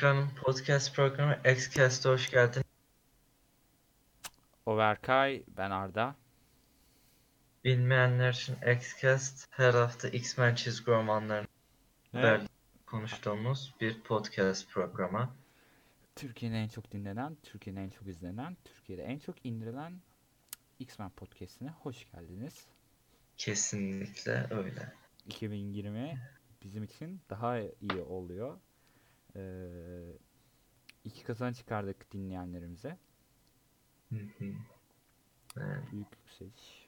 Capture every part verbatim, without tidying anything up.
Ekran'ın podcast programı Xcast'a hoş geldin. O Berkay, ben Arda. Bilmeyenler için Xcast her hafta X-Men çizgi romanlarını Ve haber konuştuğumuz bir podcast programı. Türkiye'nin en çok dinlenen, Türkiye'nin en çok izlenen, Türkiye'de en çok indirilen X-Men Podcast'ine hoş geldiniz. Kesinlikle öyle. iki bin yirmi bizim için daha iyi oluyor. Ee, iki kazanç çıkardık dinleyenlerimize. Hı hı. Evet, Büyük yükseliş.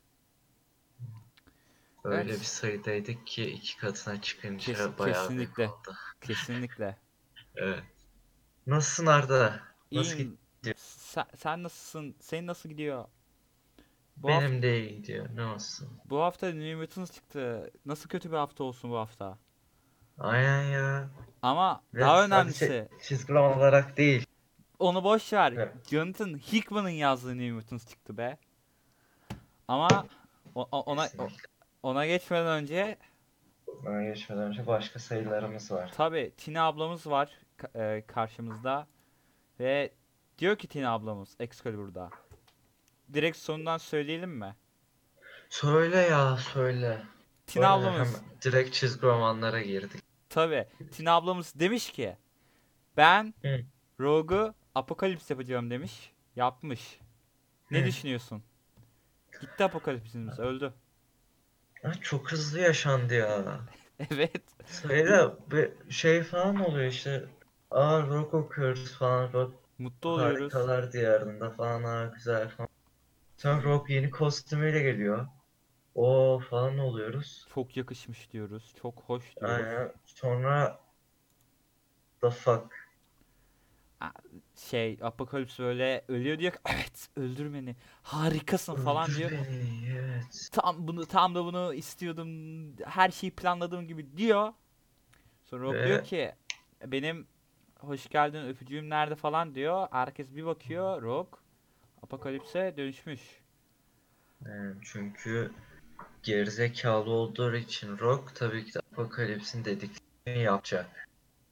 öyle bir Evet, sayıdaydık ki iki katına kes, çıkınca bayağı büyük kesinlikle, oldu. kesinlikle. Evet. Nasılsın Arda? Nasıl İyiyim. gidiyor? Sen, sen nasılsın? Senin nasıl gidiyor? Bu hafta Benim de iyi gidiyor. Ne olsun? bu hafta New Mutants çıktı. Nasıl kötü bir hafta olsun bu hafta? Aynen ya. Ama Ve daha sadece önemlisi, çizgi roman olarak değil. onu boş ver. Evet. Jonathan Hickman'ın yazdığı New Mutants çıktı be. Ama o- o- ona o- Kesinlikle. ona geçmeden önce Buna geçmeden önce başka sayılarımız var. tabi Tina ablamız var ka- e, karşımızda ve diyor ki Tina ablamız Excalibur'da. Direkt sonundan söyleyelim mi? Söyle ya söyle. Tina Böyle hemen ablamız direkt çizgi romanlara girdik. tabi Tina ablamız demiş ki ben Hı. Rogue'u Apokalips yapacağım demiş. Yapmış. Ne Hı. düşünüyorsun? Gitti Apokalipsimiz öldü. Ha, çok hızlı yaşandı ya. Evet. Bu Sayıda bir şey falan oluyor işte. Aa rock okuyoruz falan. Rock mutlu oluyoruz. harikalar diyarında falan. Aa güzel falan. Sonra rock yeni kostümüyle geliyor. O falan oluyoruz. Çok yakışmış diyoruz. Çok hoş diyoruz. Aynen. Sonra the fuck. A- Şey Apokalips böyle ölüyor diyor ki evet öldür beni. Harikasın falan Öldür diyor. beni. Evet. Tam bunu tam da bunu istiyordum. Her şeyi planladığım gibi diyor. Sonra Rogue diyor Ve ki benim hoş geldin öpücüğüm nerede falan diyor. Herkes bir bakıyor. Rogue Apokalips'e dönüşmüş. yani çünkü gerizekalı olduğu için Rock tabii ki de Apokalips'in dediklerini yapacak.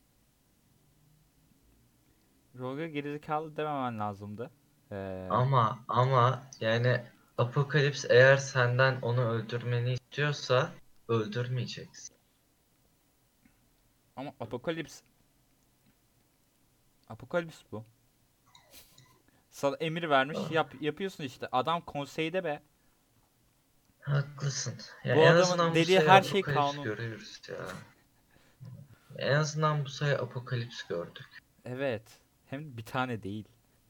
Rogue'a gerizekalı dememen lazımdı. Ee, Ama ama yani Apokalips eğer senden onu öldürmeni istiyorsa öldürmeyeceksin. ama Apokalips Apokalips bu. Sana emir vermiş. Ah, Yap, yapıyorsun işte. Adam konseyde be. haklısın. Ya Bu en adamın azından bu dediği sayı her şey Apokalips kanun. görüyoruz ya. En azından bu sayı Apokalips gördük. Evet. Hem bir tane değil.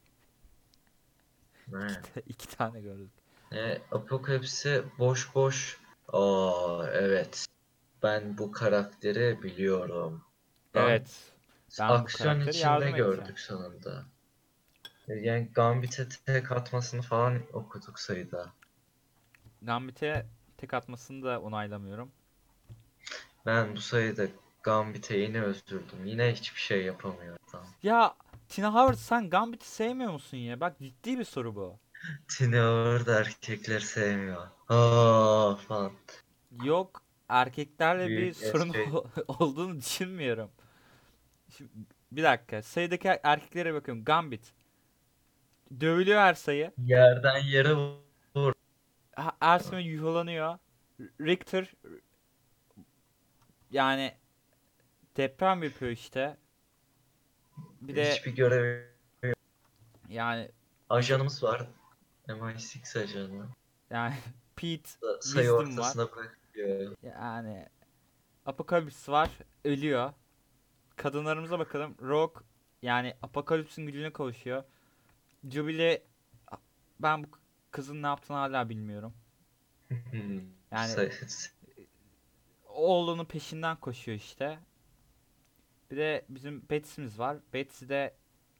İki, Evet. ta- iki tane gördük. E, Apokalips'i boş boş aa evet ben bu karakteri biliyorum. Lan Evet. Ben bu aksiyon karakteri içinde yardım edeceğim. gördük sonunda. Yani Gambit'e tek atmasını falan okuduk sayıda. Gambit'e tek atmasını da onaylamıyorum. Ben bu sayıda Gambit'e yine özürdüm. Yine hiçbir şey yapamıyor adam. Ya Tina Howard sen Gambit'i sevmiyor musun ya? Bak ciddi bir soru bu. Tini da erkekleri sevmiyor. Aa falan. Yok erkeklerle bir Büyük sorun espri. olduğunu düşünmüyorum. Şimdi, bir dakika sayıdaki erkeklere bakıyorum. Gambit. Dövülüyor her sayı. Yerden yere vur. Ha- Her sayı yuhalanıyor. Richter yani deprem yapıyor işte. Bir de Hiçbir görevi. yani bizim Ajanımız var. M I altı ajanı. yani Pete Sayı Wisdom var. ortasına bırakıyor. Yani Apocalypse var. Ölüyor. Kadınlarımıza bakalım. Rogue yani Apocalypse'in gücüne kavuşuyor. Jubilee ben bu kızın ne yaptığını hala bilmiyorum. Yani Sayı. oğlunun peşinden koşuyor işte. Bir de bizim Betsy'miz var. Betsy de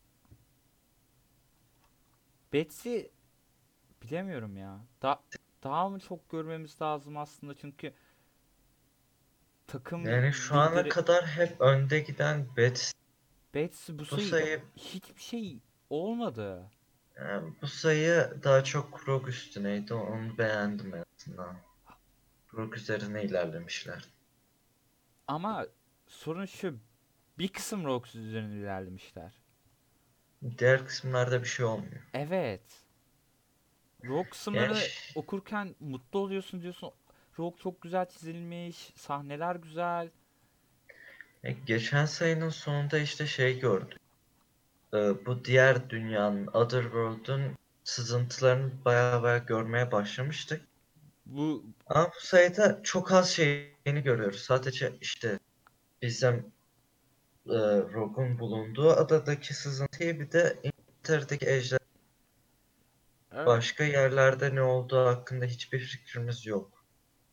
Betsy bilemiyorum ya. Da daha mı çok görmemiz lazım aslında çünkü takım Yani şu ana lideri kadar hep önde giden Bet. Betsy bu Bu sayı sayı hiçbir şey olmadı. yani bu sayı daha çok Krog üstüneydi. Onu beğendim en azından. Krog üzerine ilerlemişler. Ama sorun şu. Bir kısım Rogue üzerine ilerlemişler. Diğer kısımlarda bir şey olmuyor. Evet. Rogue Yani kısımlarını ş- okurken mutlu oluyorsun, diyorsun. Rogue çok güzel çizilmiş. Sahneler güzel. e, geçen sayının sonunda işte şey gördük. Ee, bu diğer dünyanın, Otherworld'un sızıntılarını bayağı bayağı görmeye başlamıştık. Bu Ama bu sayıda çok az şeyini görüyoruz. Sadece işte bizim e, Rogue'un bulunduğu adadaki sızıntıyı, bir de İngiltere'deki ejder, evet. başka yerlerde ne olduğu hakkında hiçbir fikrimiz yok.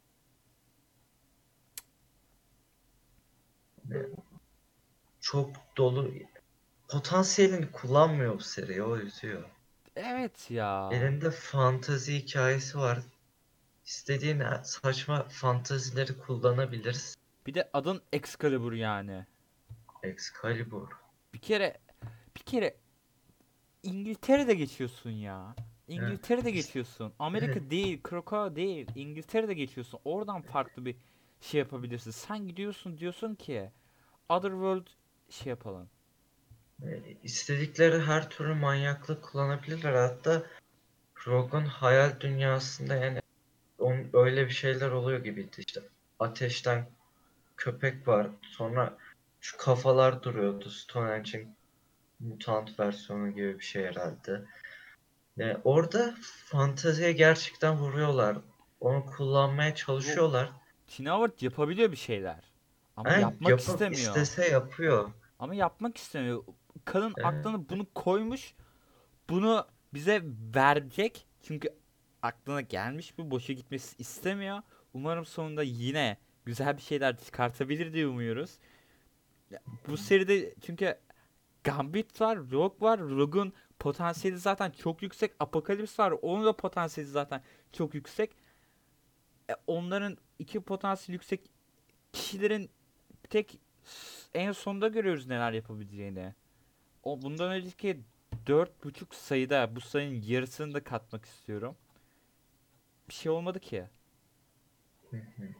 Yani çok dolu, potansiyelini kullanmıyor bu seri, o üzüyor. Evet ya. Elinde fantezi hikayesi var. İstediğin saçma fantezileri kullanabiliriz. Bir de adın Excalibur yani. Excalibur. Bir kere bir kere İngiltere'de geçiyorsun ya. Ya, İngiltere'de işte, geçiyorsun. Amerika değil, Krakow değil. İngiltere'de geçiyorsun. Oradan farklı bir şey yapabilirsin. Sen gidiyorsun, diyorsun ki Otherworld şey yapalım. e, istedikleri her türlü manyaklık kullanabilirler. Hatta Rogue'un hayal dünyasında yani onun öyle bir şeyler oluyor gibiydi işte. Ateşten köpek var. Sonra şu kafalar duruyordu. Stonehenge'in mutant versiyonu gibi bir şey herhalde. Yani orada fanteziye gerçekten vuruyorlar. Onu kullanmaya Bu çalışıyorlar. Tina Howard yapabiliyor bir şeyler. Ama Yani yapmak yapıp istemiyor. istese yapıyor. Ama yapmak istemiyor. Kadın Yani, aklına bunu koymuş. Bunu bize verecek. Çünkü aklına gelmiş, bu boşa gitmesi istemiyor. Umarım sonunda yine güzel bir şeyler çıkartabilir diye umuyoruz. Ya, bu seride çünkü Gambit var, Rogue var. Rogue'un potansiyeli zaten çok yüksek. Apocalypse var. Onun da potansiyeli zaten çok yüksek. E, onların iki potansiyeli yüksek kişilerin tek en sonda görüyoruz neler yapabileceğini. O bundan önceki dört buçuk sayıda bu sayının yarısını da katmak istiyorum. Bir şey olmadı ki. hı hı.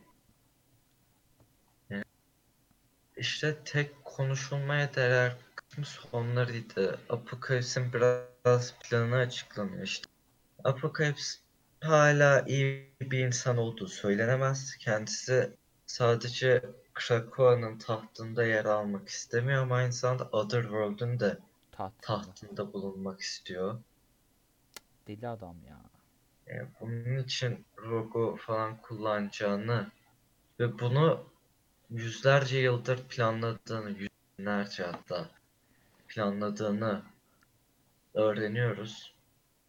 Yani işte tek konuşulmaya değer kısmı sonlarıydı. Apocalypse'in biraz planı açıklanıyor işte. Apocalypse hala iyi bir insan olduğu söylenemez. Kendisi sadece Krakowa'nın tahtında yer almak istemiyor ama aynı zamanda Otherworld'un da Tahtında. tahtında bulunmak istiyor. Deli adam ya. Yani bunun için Rogu falan kullanacağını ve bunu yüzlerce yıldır planladığını, yüz binlerce hatta planladığını öğreniyoruz.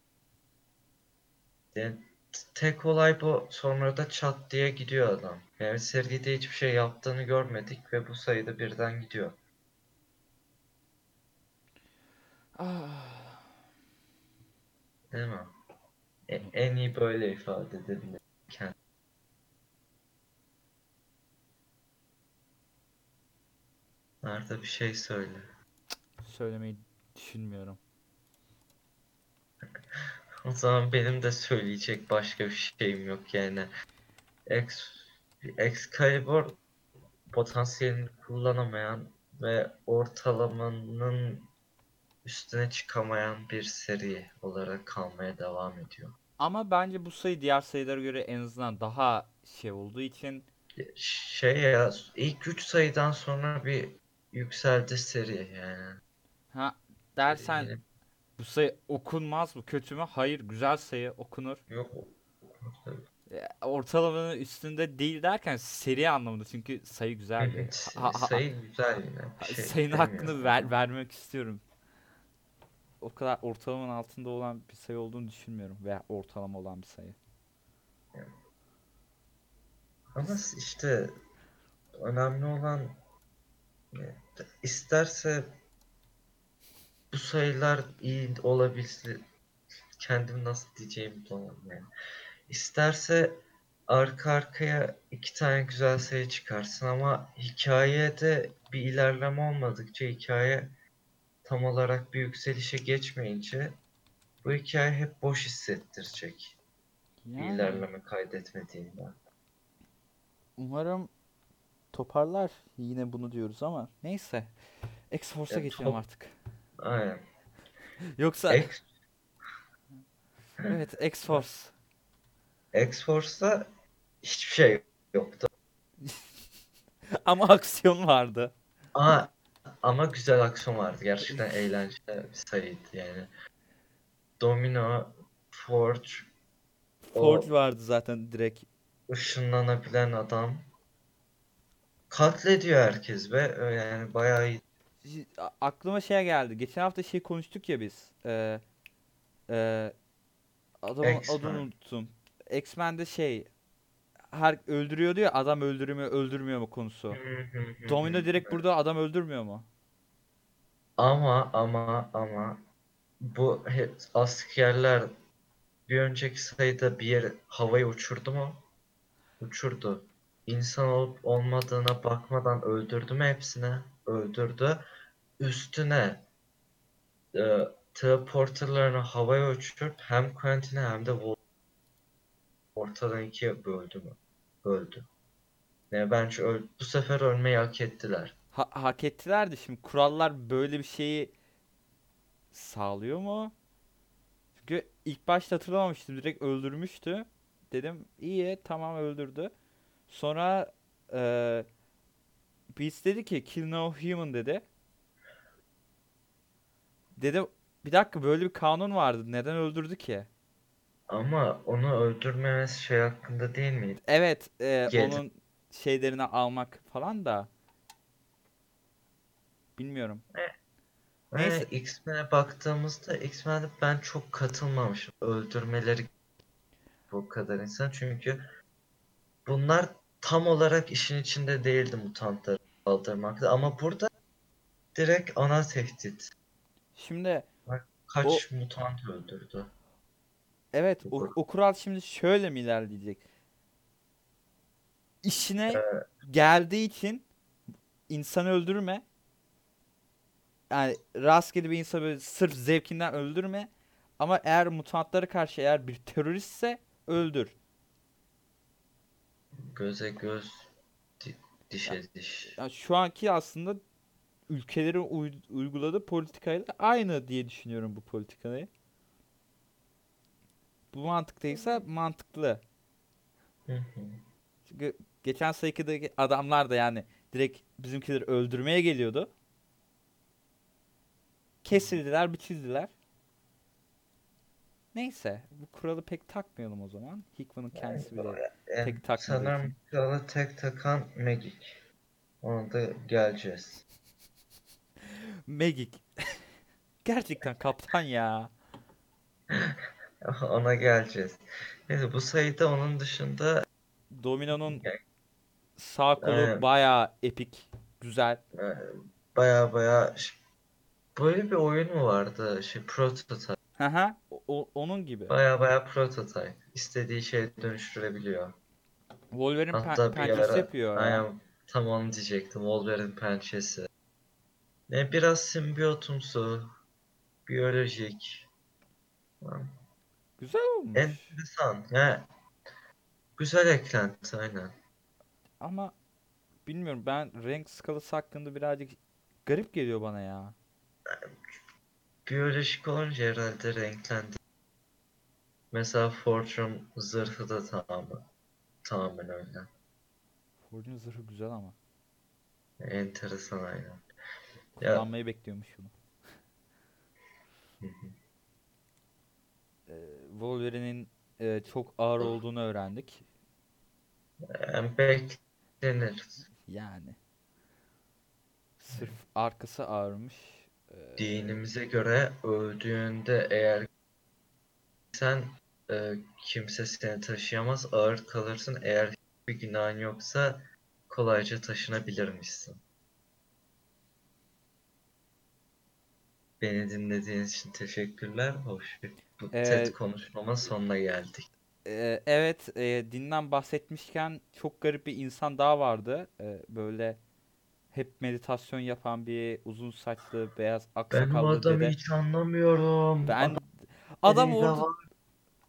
Yani tek olay bu. Sonra da çat diye gidiyor adam. Yani seride hiçbir şey yaptığını görmedik ve bu sayıda birden gidiyor. Ah. Değil mi? E- en iyi böyle ifade edebilirim kendimi. Arda bir şey söyle. Söylemeyi düşünmüyorum. O zaman benim de söyleyecek başka bir şeyim yok yani. Ex Excalibur potansiyelini kullanamayan ve ortalamanın üstüne çıkamayan bir seri olarak kalmaya devam ediyor. Ama bence bu sayı diğer sayılara göre en azından daha şey olduğu için Şey ya, ilk üç sayıdan sonra bir yükseldi seri yani. ha dersen Yine bu sayı okunmaz mı, kötü mü? Hayır, güzel sayı, okunur. yok. E, ortalamanın üstünde değil derken seri anlamında, çünkü sayı güzeldi. Ha, ha, ha- Sayı güzel, yine bir ha- şey sayının hakkını demiyorum ver, ama. vermek istiyorum. O kadar ortalamanın altında olan bir sayı olduğunu düşünmüyorum, veya ortalama olan bir sayı. Ama işte önemli olan, e, isterse bu sayılar iyi olabilsin. Kendim nasıl diyeceğimi bulamadım yani. İsterse arka arkaya iki tane güzel sayı çıkarsın ama hikayede bir ilerleme olmadıkça, hikaye tam olarak bir yükselişe geçmeyince bu hikaye hep boş hissettirecek. Bir Yani ilerleme kaydetmediğinden. umarım toparlar yine bunu diyoruz ama neyse. X-Force'a Ya geçelim top artık. aynen. Yoksa X evet, X-Force. X-Force'da hiçbir şey yoktu. Ama aksiyon vardı. Ama ama güzel aksiyon vardı. Gerçekten eğlenceli bir sayıydı yani. Domino, Forge, Forge o vardı zaten direkt. ışınlanabilen adam katlediyor herkes ve e, yani bayağı iyi. Şi- a- Aklıma şey geldi. Geçen hafta şey konuştuk ya biz. Ee, e, adamın adını X-Men. unuttum. X-Men'de şey, her öldürüyordu ya, adam öldürmüyor öldürmüyor mu Hı konusu. hı hı Domino hı. direkt burada adam öldürmüyor mu? Ama ama ama bu he- askerler bir önceki sayıda bir yere havaya uçurdu mu? Uçurdu. İnsan olup olmadığına bakmadan öldürdü mü hepsini? Öldürdü. Üstüne e, teleporterlarını havaya uçurup hem Quentin'i hem de Wolverine ortadan ikiye böldü mü? Böldü. Ne bence öl bu sefer ölmeyi hak ettiler. Ha- hak ettiler de şimdi kurallar böyle bir şeyi sağlıyor mu? Çünkü ilk başta hatırlamamıştım, direkt öldürmüştü. Dedim iyi, tamam öldürdü. Sonra eee Beast dedi ki kill no human dedi. Dedim bir dakika, böyle bir kanun vardı. Neden öldürdü ki? Ama onu öldürmemesi şey hakkında değil miydi? Evet, eee, Gelip onun şeylerini almak falan da bilmiyorum. ve Neyse, X-Men'e baktığımızda X-Men'e ben çok katılmamışım. Öldürmeleri bu kadar insan. Çünkü bunlar tam olarak işin içinde değildi mutantları kaldırmakta. Ama burada direkt ana tehdit. şimdi Bak, o kaç mutant öldürdü evet, bu o, grup. o kural şimdi şöyle mi ilerleyecek? İşine Ee, geldiği için insanı öldürme. Yani rastgele bir insanı böyle sırf zevkinden öldürme. Ama eğer mutantlara karşı eğer bir teröristse öldür. göze göz, di- Ya, dişe diş. ya şu anki aslında ülkelerin uy- uyguladığı politikayla aynı diye düşünüyorum bu politikayı. Bu mantıktaysa mantıklı. Hı hı. Çünkü geçen sayıdaki adamlar da yani direkt bizimkileri öldürmeye geliyordu. Kesildiler, biçildiler. Neyse, bu kuralı pek takmayalım o zaman. Hickman'ın Yani, kendisi bile yani pek takmadığı için. sanırım kralı tek takan Magic. Ona da geleceğiz. Magic. Gerçekten kaptan ya. Ona geleceğiz. Neyse bu sayıda onun dışında Domino'nun yani, sağ kolu e, bayağı epik. Güzel. e, baya baya ş- böyle bir oyun mu vardı? Şey prototype. Haha, o- o- onun gibi. Baya baya prototype. İstediği şeye dönüştürebiliyor. Wolverine pen- Hatta bir pençesi ara yapıyor ya. aynen tam onu diyecektim. Wolverine pençesi. Ne biraz simbiyotumsu, biyolojik. Lan, Güzel olmuş. enteresan. Yani güzel eklenti aynen. Ama bilmiyorum, ben renk skalası hakkında birazcık garip geliyor bana ya. Biyolojik olunca herhalde renklendi. Mesela Fortune zırhı da tamamen, tamamen öyle. Forge'un zırhı güzel ama. Enteresan aynen. Ya Kullanmayı bekliyormuş bunu. hı hı. Ee, Wolverine'in e, çok ağır olduğunu öğrendik. Yani beklenir. Yani sırf arkası ağırmış. Ee, Dinimize göre öldüğünde eğer sen e, kimse seni taşıyamaz, ağır kalırsın. Eğer hiçbir günahın yoksa kolayca taşınabilirmişsin. Beni dinlediğiniz için teşekkürler. Hoş bir bu TED e, konuşmama sonuna geldik. e, evet, e, dinden bahsetmişken çok garip bir insan daha vardı. E, böyle hep meditasyon yapan bir uzun saçlı beyaz Ben o aksakallı adamı dede. hiç anlamıyorum. Adam Ben adam dediği de orada var.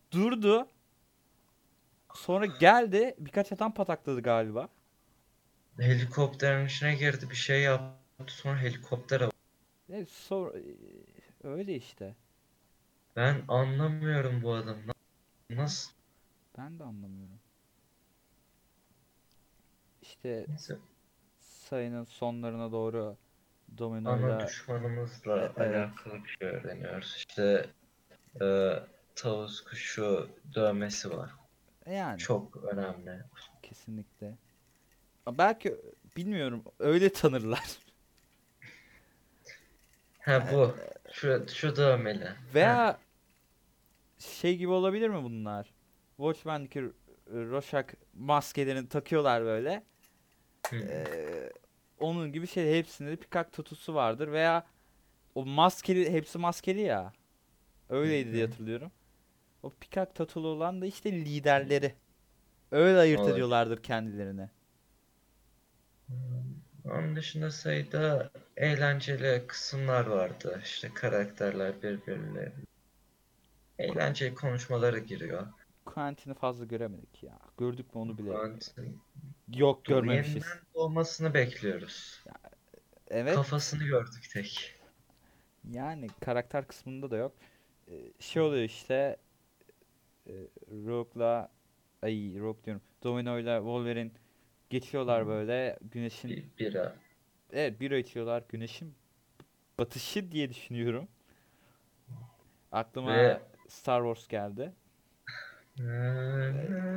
durdu. Sonra geldi, birkaç adam patakladı galiba. helikopterin içine girdi, bir şey yaptı, sonra helikoptere. E, sor e, öyle işte. Ben anlamıyorum bu adamı. Nasıl? Ben de anlamıyorum. İşte Neyse, sayının sonlarına doğru ana dominoyla düşmanımızla e, evet. alakalı bir şey öğreniyoruz. İşte e, tavus kuşu dövmesi var. Yani Çok önemli. kesinlikle. Belki bilmiyorum öyle tanırlar. Ha bu. Şu, şu dövmeli. Ha. Veya şey gibi olabilir mi bunlar? Watchmen'deki R- Rorschach maskelerini takıyorlar böyle. Hı. Ee, onun gibi şey hepsinde de pikak tatusu vardır veya o maskeli hepsi maskeli ya. Hı Öyleydi diye hı. hatırlıyorum. O pikak tatulu olan da işte liderleri. Öyle ayırt Olabilir. ediyorlardır kendilerini. Onun dışında sayıda eğlenceli kısımlar vardı. İşte karakterler birbirleriyle eğlenceli konuşmalara giriyor. Quentin'i fazla göremedik ya. Gördük mü onu bile. Quentin Yok do- görmemişiz. yeniden doğmasını bekliyoruz. Ya, evet. Kafasını gördük tek. Yani karakter kısmında da yok. Ee, şey oluyor işte e, Rogue'la ay Rogue diyorum. Domino'yla Wolverine geçiyorlar böyle güneşin Bir, bira. evet bira içiyorlar güneşin batışı diye düşünüyorum. Aklıma Ve Star Wars geldi. E,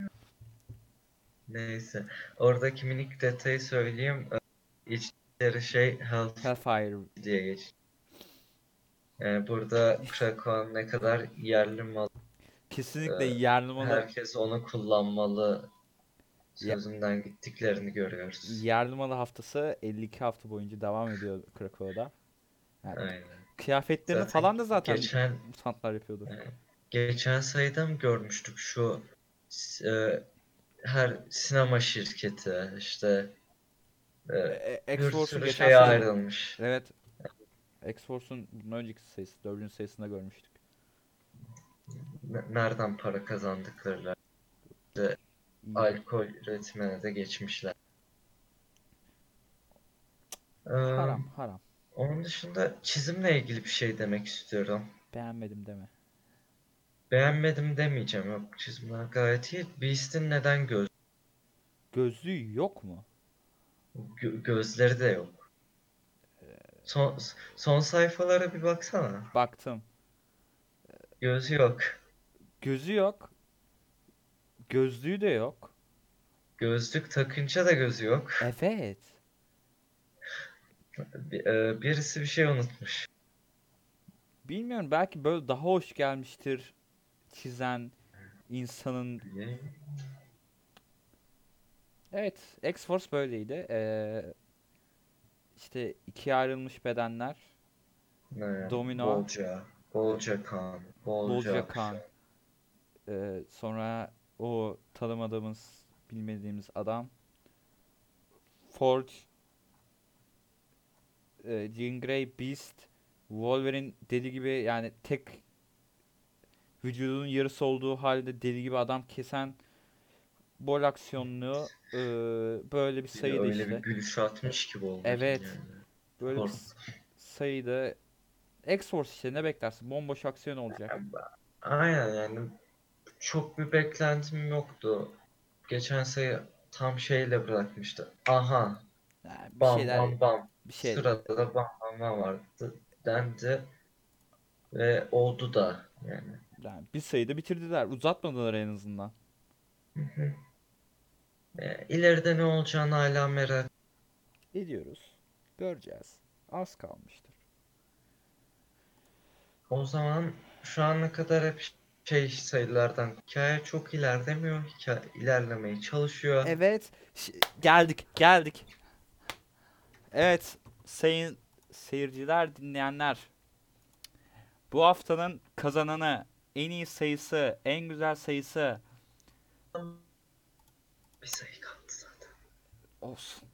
neyse. Oradaki minik detayı söyleyeyim. İçleri şey Health Hellfire diye geç. Yani burada Krakow ne kadar yerli mal, e, kesinlikle yerli malı herkes onu kullanmalı ya- sözünden gittiklerini görüyoruz. yerli malı haftası elli iki hafta boyunca devam ediyor Krakow'da. Yani Aynen. kıyafetlerini Zaten falan da zaten geçen mutantlar yapıyordur. e, geçen sayıda mı görmüştük şu e, her sinema şirketi işte E, e, e, bir X-Force'un sürü geçen şeye sayı ayrılmış. evet X-Force'un bunun önceki sayısı dördüncü sayısında görmüştük. N- Nereden para kazandıkları, işte İyi. alkol üretimine de geçmişler. Ee, Haram haram. Onun dışında çizimle ilgili bir şey demek istiyorum. Beğenmedim deme. Beğenmedim demeyeceğim. Yok, çizimler gayet iyi. Beast'in neden göz Gözlüğü yok mu? gö- gözleri de yok. Son, son sayfalara bir baksana. Baktım. Gözü yok. Gözü yok. Gözlüğü de yok. Gözlük takınca da gözü yok. Evet. Bir- e, birisi bir şey unutmuş. Bilmiyorum belki böyle daha hoş gelmiştir çizen insanın. Evet, X-Force böyleydi. Ee, işte ikiye ayrılmış bedenler. Ne? Domino, Bolca. Bolca kan. Bolca Bolca Khan. akşam. ee, sonra o tanımadığımız, bilmediğimiz adam. Forge, e, Jean Grey, Beast, Wolverine deli gibi yani tek vücudunun yarısı olduğu halde deli gibi adam kesen bol aksiyonlu e, böyle bir Bir de sayıydı öyle bir işte. gülüş atmış ki Wolverine Evet. yani. Böyle bir Kork. s- sayıydı. X-Force işte ne beklersin? Bomboş aksiyon olacak. Aynen yani çok bir beklentim yoktu. Geçen sayı tam şeyle bırakmıştı. Aha, Ha, bir bam şeyler bam bam. bir şey Sırada da bam bam bam vardı dendi ve oldu da yani. yani bir sayıda bitirdiler. Uzatmadılar en azından. Hı hı. E, ileride ne olacağını hala merak. Ediyoruz. Göreceğiz. Az kalmıştır. O zaman şu ana kadar hep şey sayılardan hikaye çok ilerlemiyor. Hikaye ilerlemeye çalışıyor. Evet. ş- geldik. Geldik. Evet. Sayın seyirciler, dinleyenler. Bu haftanın kazananı, en iyi sayısı, en güzel sayısı Bir sayı kaldı zaten. olsun.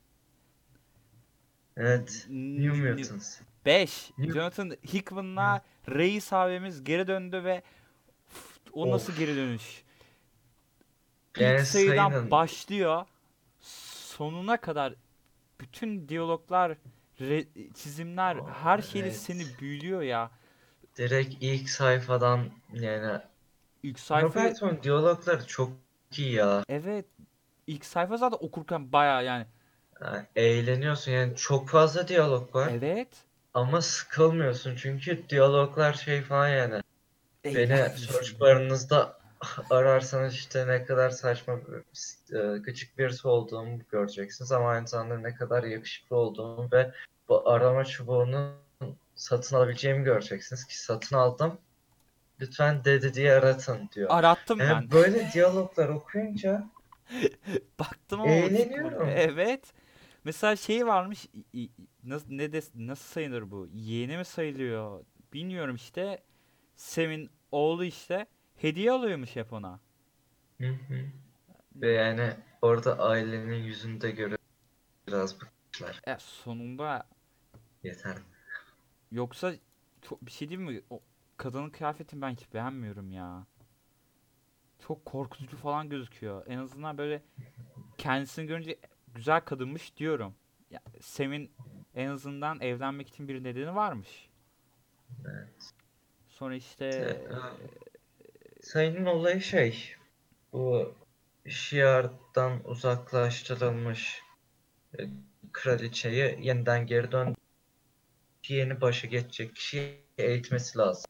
Evet. New Mutants. beş. New... Jonathan Hickman'la Reis abimiz geri döndü ve Uf, o nasıl geri Of. dönüş? İlk Yani sayıdan sayının başlıyor. sonuna kadar bütün diyaloglar, re- çizimler, Aa, her şeyde seni evet. büyülüyor ya. Direkt ilk sayfadan yani İlk sayfayı, Roberto'nun diyalogları çok iyi ya. evet, ilk sayfa zaten okurken baya yani, Yani eğleniyorsun yani çok fazla diyalog var evet, ama sıkılmıyorsun çünkü diyaloglar şey falan yani. Beni search eğlenceli. barınızda ararsanız işte ne kadar saçma e, gıcık birisi olduğumu göreceksiniz ama aynı zamanda ne kadar yakışıklı olduğumu ve bu arama çubuğunu satın alabileceğimi göreceksiniz ki satın aldım. Lütfen dedi diye aratın diyor. Arattım ben. Yani böyle diyaloglar okuyunca Baktım ama çıkmadı. eğleniyorum. Evet. Mesela şey varmış. i- i- Nasıl ne de, nasıl sayılır bu? Yeğeni mi sayılıyor? Bilmiyorum işte. Sem'in oğlu işte hediye alıyormuş hep ona. Hı hı. Ve yani orada ailenin yüzünde göre biraz bıkmışlar. E, sonunda Yeter. yoksa çok bir şey değil mi? O kadının kıyafetini ben hiç beğenmiyorum ya. Çok korkutucu falan gözüküyor. En azından böyle kendisini görünce güzel kadınmış diyorum. Ya, Sem'in en azından evlenmek için bir nedeni varmış. Evet. Sonra işte De, e, Sayının olayı şey, bu Şiar'dan uzaklaştırılmış e, kraliçeyi yeniden geri dön yeni başa geçecek kişiyi eğitmesi lazım.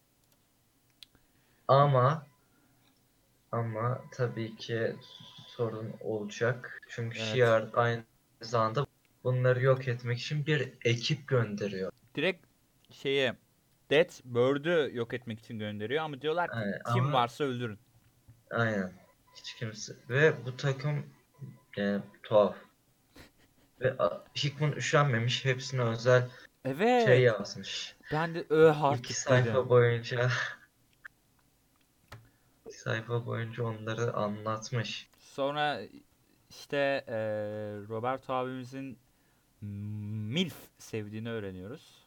Ama ama tabii ki sorun olacak. Çünkü evet. Şiar aynı zamanda bunları yok etmek için bir ekip gönderiyor. Direkt şeye Death Bird'ü yok etmek için gönderiyor ama diyorlar ki Yani kim ama varsa öldürün. aynen hiç kimse ve bu takım yani tuhaf ve a, Hickman üşenmemiş hepsine özel şey Evet. yazmış. Ben de ö İki artık dedim. sayfa boyunca iki sayfa boyunca onları anlatmış. Sonra işte eee Roberto abimizin MILF sevdiğini öğreniyoruz.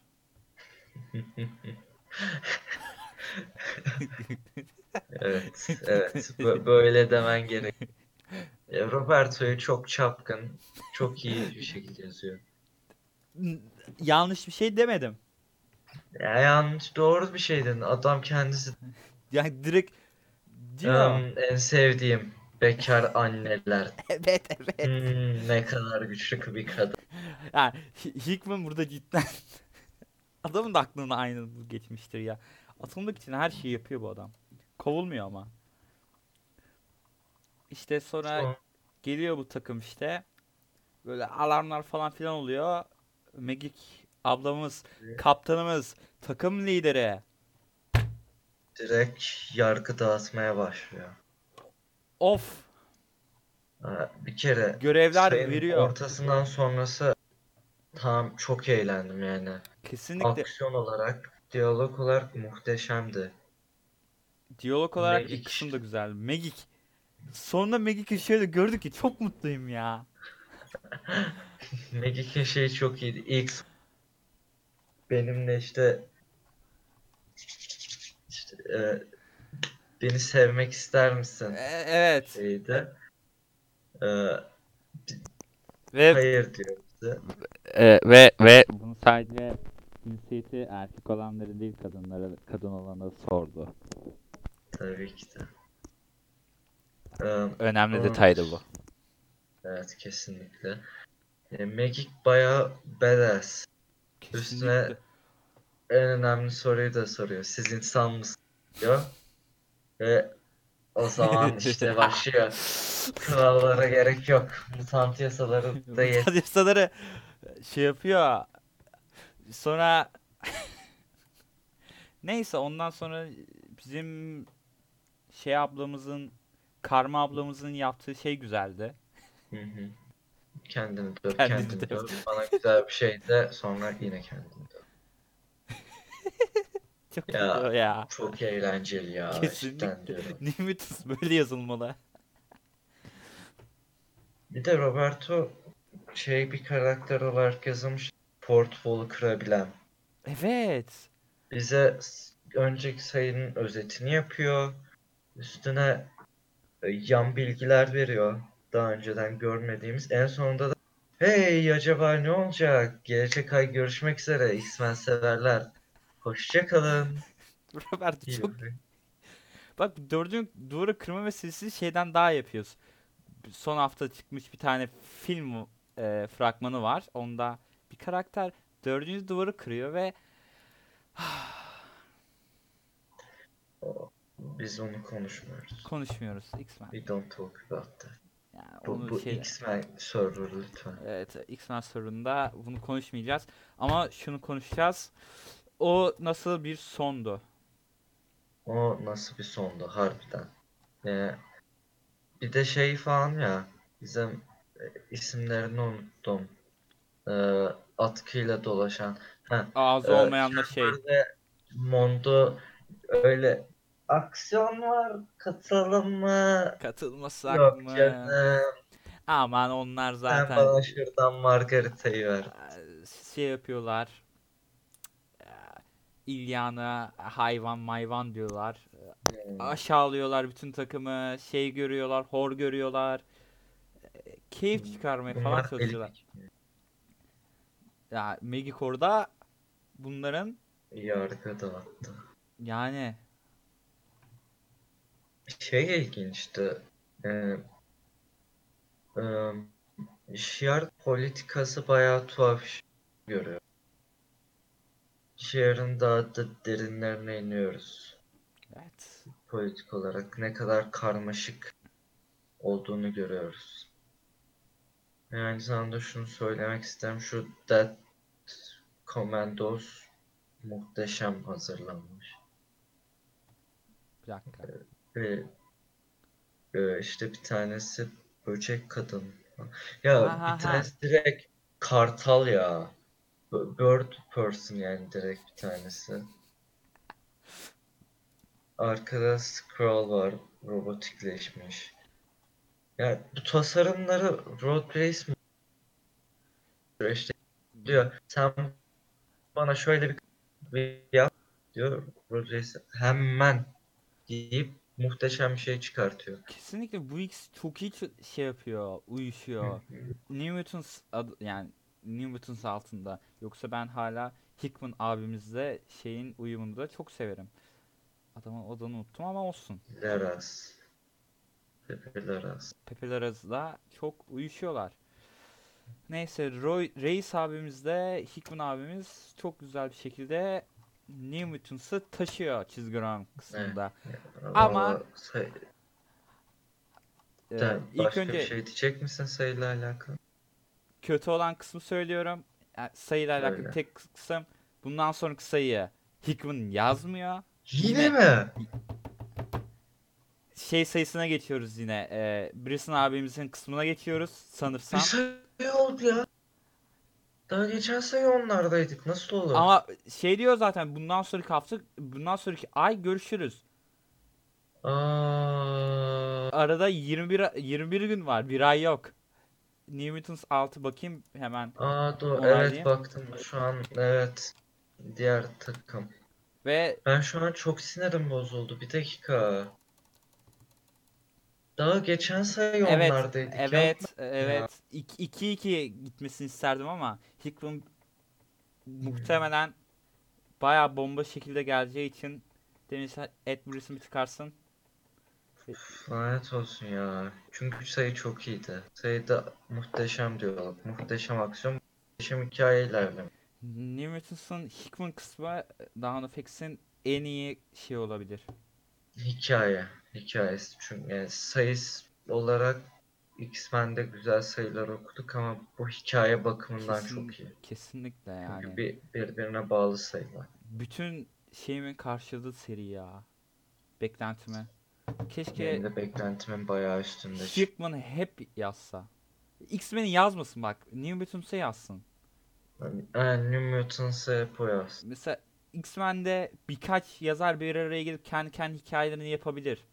Evet, evet. Bö- Böyle demen gerek. E, Roberto'yu çok çapkın, çok iyi bir şekilde yazıyor. Yanlış bir şey demedim. Ya yanlış, doğru bir şey dedin. Adam kendisi Yani direkt diyor. "Im, en sevdiğim bekar anneler. Evet, evet. Hmm, ne kadar güçlü bir kadın. Yani Hi- Hickman burada cidden adamın da aklına aynı bu geçmiştir ya. Atılmak için her şeyi yapıyor bu adam. Kovulmuyor ama. İşte sonra Son geliyor bu takım işte. Böyle alarmlar falan filan oluyor. Megik ablamız, kaptanımız, takım lideri. direkt yargı dağıtmaya başlıyor. Of, Ha, bir kere görevler sayının veriyor. ortasından sonrası tam çok eğlendim yani. Kesinlikle Aksiyon olarak, diyalog olarak muhteşemdi. diyalog olarak ilk Megik kısım da güzel. Megik. Sonunda Megik'i şöyle gördük ki çok mutluyum ya. Megik'in şeyi çok iyiydi. İlk benimle işte, işte e, beni sevmek ister misin E- evet. E- şeydi. E, ve hayır diyordu. e, ve ve bunu sadece cinsiyeti erkek olanları değil kadınlara kadın olanı sordu. Tabii ki de. E, Önemli onun detaydı bu. evet kesinlikle. E, Megik bayağı badass. Üstüne Kesinlikle. en önemli soruyu da soruyor. Siz insan mısınız diyor. Ve o zaman işte başlıyor. Kurallara gerek yok. Mutant yasaları da yet. Mutant yasaları şey yapıyor. Sonra neyse ondan sonra bizim şey ablamızın Karma ablamızın yaptığı şey güzeldi. Hı hı. Kendini döv, Kendini kendini de döv. Bana güzel bir şey de sonra yine kendini döv. çok iyiydi o Ya ya. çok eğlenceli ya cidden Kesinlikle. diyorum. Nimitus böyle yazılmalı. Bir de Roberto şey bir karakter olarak yazılmış. Portfolu kırabilen. Evet. Bize s- önceki sayının özetini yapıyor. Üstüne e, yan bilgiler veriyor. daha önceden görmediğimiz. En sonunda da hey acaba ne olacak? Gelecek ay görüşmek üzere X-Men severler. Hoşça kalın. Robert çok... gibi. Bak, dördüncü duvarı kırma meselesi şeyden daha yapıyoruz. Son hafta çıkmış bir tane film e, fragmanı var. Onda bir karakter dördüncü duvarı kırıyor ve O, biz onu konuşmuyoruz. konuşmuyoruz X-Men. We don't talk about that. Yani Bu, onu bu şeyde, X-Men server lütfen. evet, X-Men sorununda bunu konuşmayacağız. Ama şunu konuşacağız. O nasıl bir sondu? O nasıl bir sondu harbiden. Ee, bir de şey falan ya. Bizim e, isimlerini unuttum. Ee, atkıyla dolaşan. Ha, e, Ağzı olmayanla şey. Chamber ve Mondo öyle aksiyon var. Katılalım mı? Katılmasak Yok mı? canım. Aman onlar Sen zaten bana şuradan Margarita'yı ver. eee, şey yapıyorlar. eee, İlyan'a hayvan mayvan diyorlar. Hmm. Aşağılıyorlar bütün takımı. Şey görüyorlar, hor görüyorlar. Keyif çıkarmaya falan Bunlar elit çalışıyorlar. ekip. Ya Megikor'da bunların, Yargı dağıttı. yani Şey ilginçti. Ee, e, Şiar politikası bayağı tuhaf iş görüyor. Şiarın daha da derinlerine iniyoruz. evet. Politik olarak ne kadar karmaşık olduğunu görüyoruz. Ve aynı zamanda şunu söylemek isterim. Şu Death Commandos muhteşem hazırlanmış. Bir dakika. Ve e, işte bir tanesi böcek kadın. Ha Ya ha bir ha. tanesi direkt kartal ya. B- Bird person yani direkt bir tanesi. Arkada scroll var. Robotikleşmiş. Ya bu tasarımları Road Race mi işte diyor. Sen bana şöyle bir bir yap diyor. Road Race hemen deyip muhteşem bir şey çıkartıyor. Kesinlikle bu ikisi çok iyi ç- şey yapıyor, Hı uyuşuyor. hı. New Mutants adı, yani New Mutants altında. Yoksa ben hala Hickman abimizle şeyin uyumunu da çok severim. Adamın adını unuttum ama olsun. Leras. Pepe Leras. Pepe Larraz'la çok uyuşuyorlar. Neyse, Roy, Reis abimizle Hickman abimiz çok güzel bir şekilde New Mutants'ı taşıyor çizgi roman Evet. kısmında. Ama Valla say- e, sen ilk başka bir önce şey diyecek misin sayıyla alakalı? kötü olan kısmı söylüyorum. Yani sayıyla alakalı Söyle. tek kısım, bundan sonraki sayıyı Hickman yazmıyor. Yine Yine mi? şey sayısına geçiyoruz yine. E, Brisson abimizin kısmına geçiyoruz Bir sanırsam. sayı oldu ya. Daha geçen sayı onlardaydık. Nasıl olur? Ama şey diyor zaten, bundan sonraki hafta, bundan sonraki ay görüşürüz. Aa, Arada yirmi bir yirmi bir gün var. Bir ay yok. New Mutants altı, bakayım hemen aa dur. Evet onaylayayım. baktım şu an. Evet. Diğer takım. Ve Ben şu an çok sinirim bozuldu. Bir dakika. Daha geçen sayı evet, onlardaydık. Yapma evet, ya. evet, iki iki gitmesini isterdim ama Hickman Hmm. muhtemelen bayağı bomba şekilde geleceği için demiş, Ed Bruce'u çıkarsın. E, Lanet olsun ya. Çünkü sayı çok iyiydi. Sayıda muhteşem diyalog, muhteşem aksiyon, muhteşem hikaye ilerleme. New Mutants'ın Hickman kısmı Dawn of X'in en iyi şey olabilir. Hikaye, hikayesi. Çünkü yani sayı olarak X-Men'de güzel sayılar okuduk ama bu hikaye bakımından Kesin çok iyi. kesinlikle Çünkü yani. bir birbirine bağlı sayılar. Bütün şeyimin karşıladığı seri ya. Beklentimi. Benim Keşke de beklentimin bayağı üstünde çıktı. Hickman hep yazsa. X-Men'i yazmasın bak. New Mutants'ı yazsın. Yani, yani New Mutants'ı hep o yaz. Mesela X-Men'de birkaç yazar bir araya gelip kendi kendi hikayelerini yapabilir.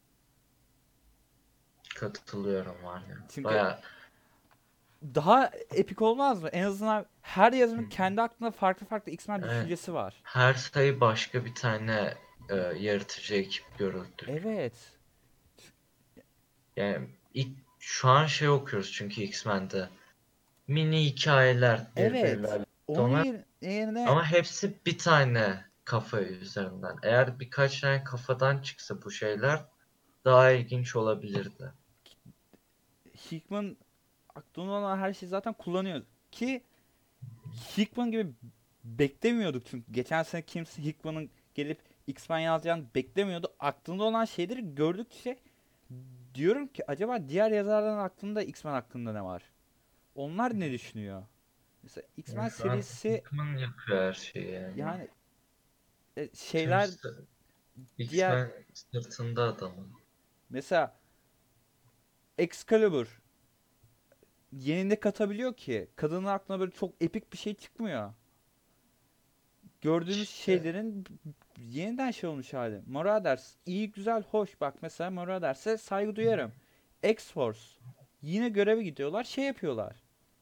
Katılıyorum var ya. Çünkü Bayağı. daha epik olmaz mı? En azından her Hı. yazarın kendi aklında farklı farklı X-Men Evet. düşüncesi var. Her sayı başka bir tane e, yaratıcı ekip görüldük. Evet. Yani ilk şu an şey okuyoruz çünkü X-Men'de. Mini hikayeler Evet. birbirlerine. Onun Sonra yer- yerine ama hepsi bir tane kafa üzerinden. Eğer birkaç tane kafadan çıksa bu şeyler daha ilginç olabilirdi. Hickman aklında olan her şeyi zaten kullanıyor. Ki Hickman gibi beklemiyorduk çünkü geçen sene kimse Hickman'ın gelip X-Men yazacağını beklemiyordu. Aklında olan şeyleri gördükçe diyorum ki acaba diğer yazarların aklında X-Men hakkında ne var? Onlar ne düşünüyor? Mesela Yani X-Men şu an serisi Hickman yapıyor her şeyi yani. yani e, Tüm şeyler sı- diğer X-Men sırtında adamın. mesela Excalibur yeni ne katabiliyor ki? Kadının aklına böyle çok epik bir şey çıkmıyor. Gördüğümüz İşte şeylerin yeniden şey olmuş hali. Marauders iyi güzel hoş bak mesela Marauders'e saygı duyarım. X-Force yine göreve gidiyorlar şey yapıyorlar.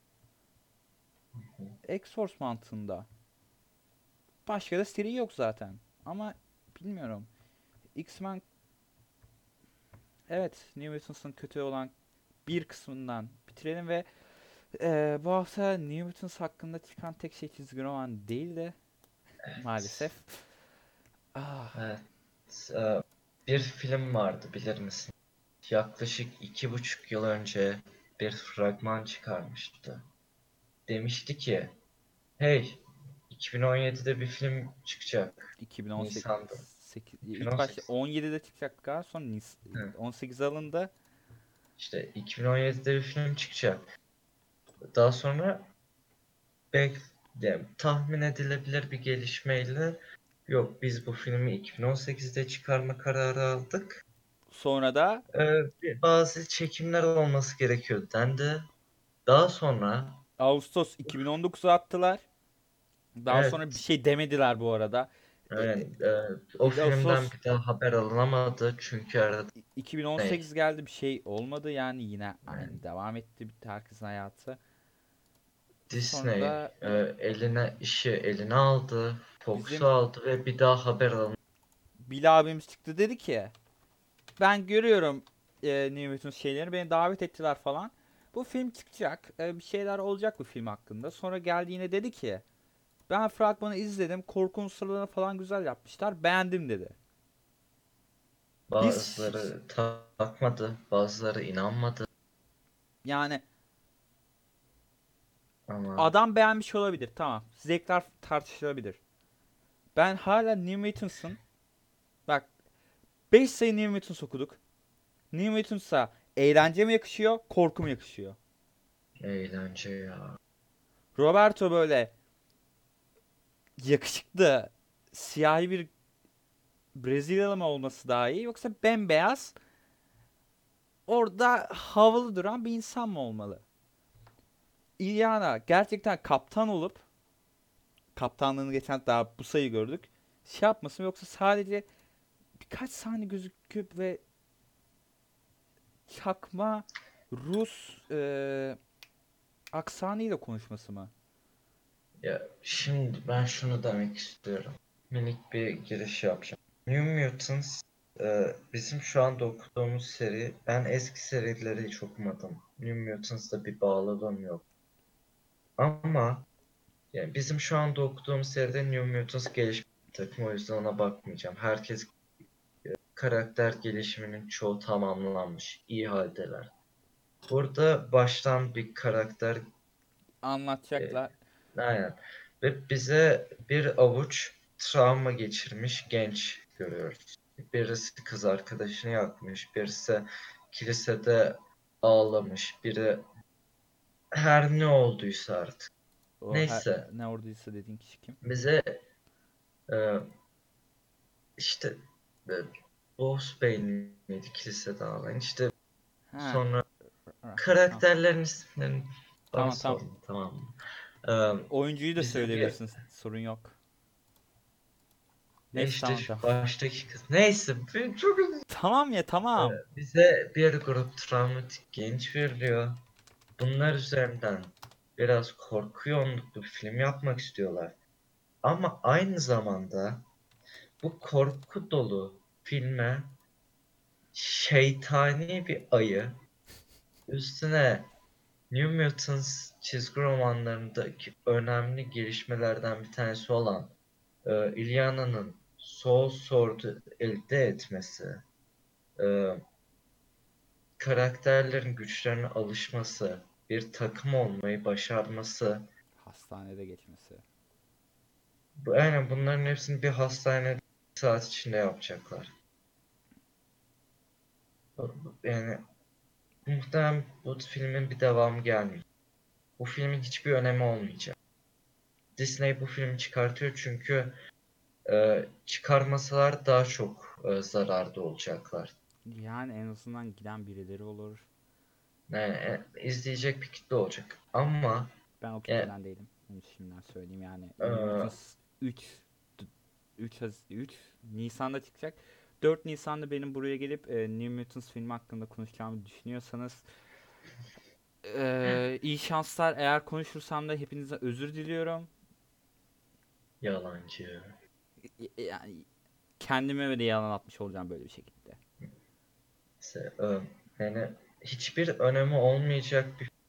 X-Force mantığında. Başka da seri yok zaten. Ama bilmiyorum. X-Men evet New Mutants'ın kötü olan bir kısmından bitirelim ve eee, bu hafta New Mutants hakkında çıkan tek şey çizgi roman değildi maalesef. Ah, evet, e, bir film vardı bilir misin? Yaklaşık iki buçuk yıl önce bir fragman çıkarmıştı. Demişti ki, hey, iki bin on yedide bir film çıkacak. Nisan'da. iki bin on sekiz ilk başta iki bin on sekiz. on yedide çıkacak galiba sonra Nis- Hı. on sekiz alındı. İşte iki bin on yedide bir film çıkacak. Daha sonra belki yani tahmin edilebilir bir gelişmeyle yok biz bu filmi iki bin on sekizde çıkarma kararı aldık. Sonra da Ee, bir- bazı çekimler olması gerekiyor dendi. Daha sonra Ağustos iki bin on dokuza attılar. Daha sonra bir evet, şey demediler bu arada. E, e, yani, e, o filmden Ağustos bir daha haber alınamadı çünkü arada ne? iki bin on sekiz geldi bir şey olmadı yani yine Yani aynı devam etti bitti herkesin hayatı. Sonra Disney da e, e, eline işi eline aldı, Fox'u bizim aldı ve bir daha haber alınamadı. Bill abimiz çıktı dedi ki ben görüyorum e, New Mutants şeylerini beni davet ettiler falan. Bu film çıkacak. e, bir şeyler olacak bu film hakkında. Sonra geldi yine dedi ki ben fragmanı izledim. Korku unsurlarını falan güzel yapmışlar. Beğendim dedi. Biz Bazıları takmadı, bazıları inanmadı yani ama adam beğenmiş olabilir. Tamam. Zevkler tartışılabilir. Ben hala New Mutants'ın bak beş sayı New Mutants okuduk. New Mutants'a eğlence mi yakışıyor, korku mu yakışıyor? eğlence ya. Roberto böyle yakışıklı, siyahi bir Brezilyalı mı olması daha iyi yoksa bembeyaz orada havalı duran bir insan mı olmalı? Ilyana gerçekten kaptan olup kaptanlığını geçen daha bu sayı gördük. Şey yapmasın yoksa sadece birkaç saniye gözüküp ve çakma Rus e, aksanıyla konuşması mı? Ya şimdi ben şunu demek istiyorum. Minik bir giriş yapacağım. New Mutants e, bizim şu anda okuduğumuz seri. Ben eski serileri hiç okumadım. New Mutants'da bir bağlılığım yok. Ama yani bizim şu anda okuduğumuz seride New Mutants gelişmiş bir takım. O yüzden ona bakmayacağım. Herkes karakter gelişiminin çoğu tamamlanmış. İyi haldeler. Burada baştan bir karakter e, Anlatacaklar. aynen. Ve bize bir avuç travma geçirmiş genç görüyoruz. Birisi kız arkadaşını yakmış, birisi kilisede ağlamış, biri her ne olduysa artık. O her, Neyse, ne oradaysa dediğin kişi kim? bize e, işte e, Boss Bey miydi kilisede ağlayan? İşte Ha, sonra tamam. karakterlerin isimlerini bana Tamam tamam. sorun, tamam mı? E, Oyuncuyu da bize bir söyleyebilirsin. Sorun yok. e Neyse işte tamam şu tamam. baştaki kız. Neyse, ben çok Tamam ya Ee, tamam. bize bir grup travmatik genç veriliyor. Bunlar üzerinden biraz korku yoğunluklu bir film yapmak istiyorlar. Ama aynı zamanda bu korku dolu filme şeytani bir ayı Üstüne New Mutants çizgi romanlarındaki önemli gelişmelerden bir tanesi olan e, Illyana'nın Soul Sword'u elde etmesi, e, karakterlerin güçlerine alışması, bir takım olmayı başarması, Hastanede geçmesi. bu, aynen bunların hepsini bir hastanede bir saat içinde yapacaklar. Yani muhtemelen bu filmin bir devamı gelmeyecek. Bu filmin hiçbir önemi olmayacak. Disney bu filmi çıkartıyor çünkü e, çıkarmasalar daha çok e, zararda olacaklar. Yani en azından giden birileri olur. Yani e, izleyecek bir kitle olacak. Ama Ben o e, kitleden değilim. Onu şimdiden söyleyeyim yani. New e, Mutants üç üç üç Nisan'da çıkacak. dört Nisan'da benim buraya gelip e, New Mutants filmi hakkında konuşacağımı düşünüyorsanız e, iyi şanslar. Eğer konuşursam da hepinize özür diliyorum. yalancı. Y- Yani kendime de yalan atmış olacağım böyle bir şekilde. Se- e, yani hiçbir önemi olmayacak bir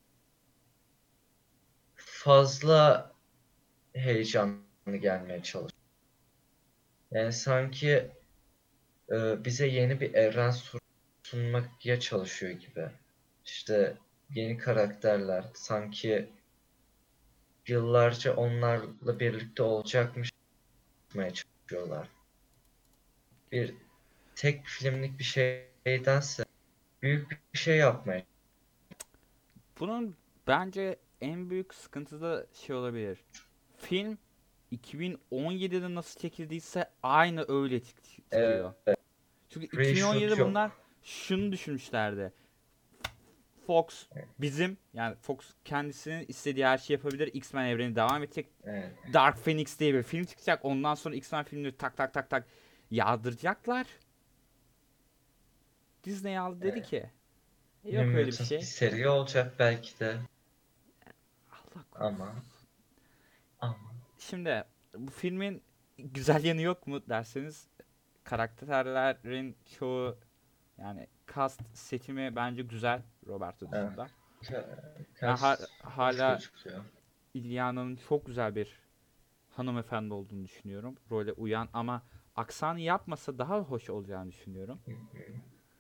fazla heyecanlı gelmeye çalış. Yani sanki e, bize yeni bir evren sun- sunmaya çalışıyor gibi. İşte yeni karakterler sanki yıllarca onlarla birlikte olacakmış yapmaya çalışıyorlar. Bir tek filmlik bir şeydense büyük bir şey yapmaya. Bunun bence en büyük sıkıntısı da şey olabilir. Film iki bin on yedide nasıl çekildiyse aynı öyle çık- çıkıyor. Evet, Çünkü reshoot iki bin on yedide bunlar yok. şunu düşünmüşlerdi. Fox bizim yani Fox kendisinin istediği her şeyi yapabilir. X-Men evreni devam edecek. Evet. Dark Phoenix diye bir film çıkacak. Ondan sonra X-Men filmleri tak tak tak tak yağdıracaklar. Disney aldı dedi Evet. ki New yok öyle bir Mutants bir şey. seri olacak belki de Allah ama korusun. ama Şimdi bu filmin güzel yanı yok mu derseniz karakterlerin çoğu yani cast seçimi bence güzel Roberto evet. dışında. Ben ha- Kas hoş hala gözüküyor. Iliana'nın çok güzel bir hanımefendi olduğunu düşünüyorum. Role uyan ama aksanı yapmasa daha hoş olacağını düşünüyorum. Hı hı.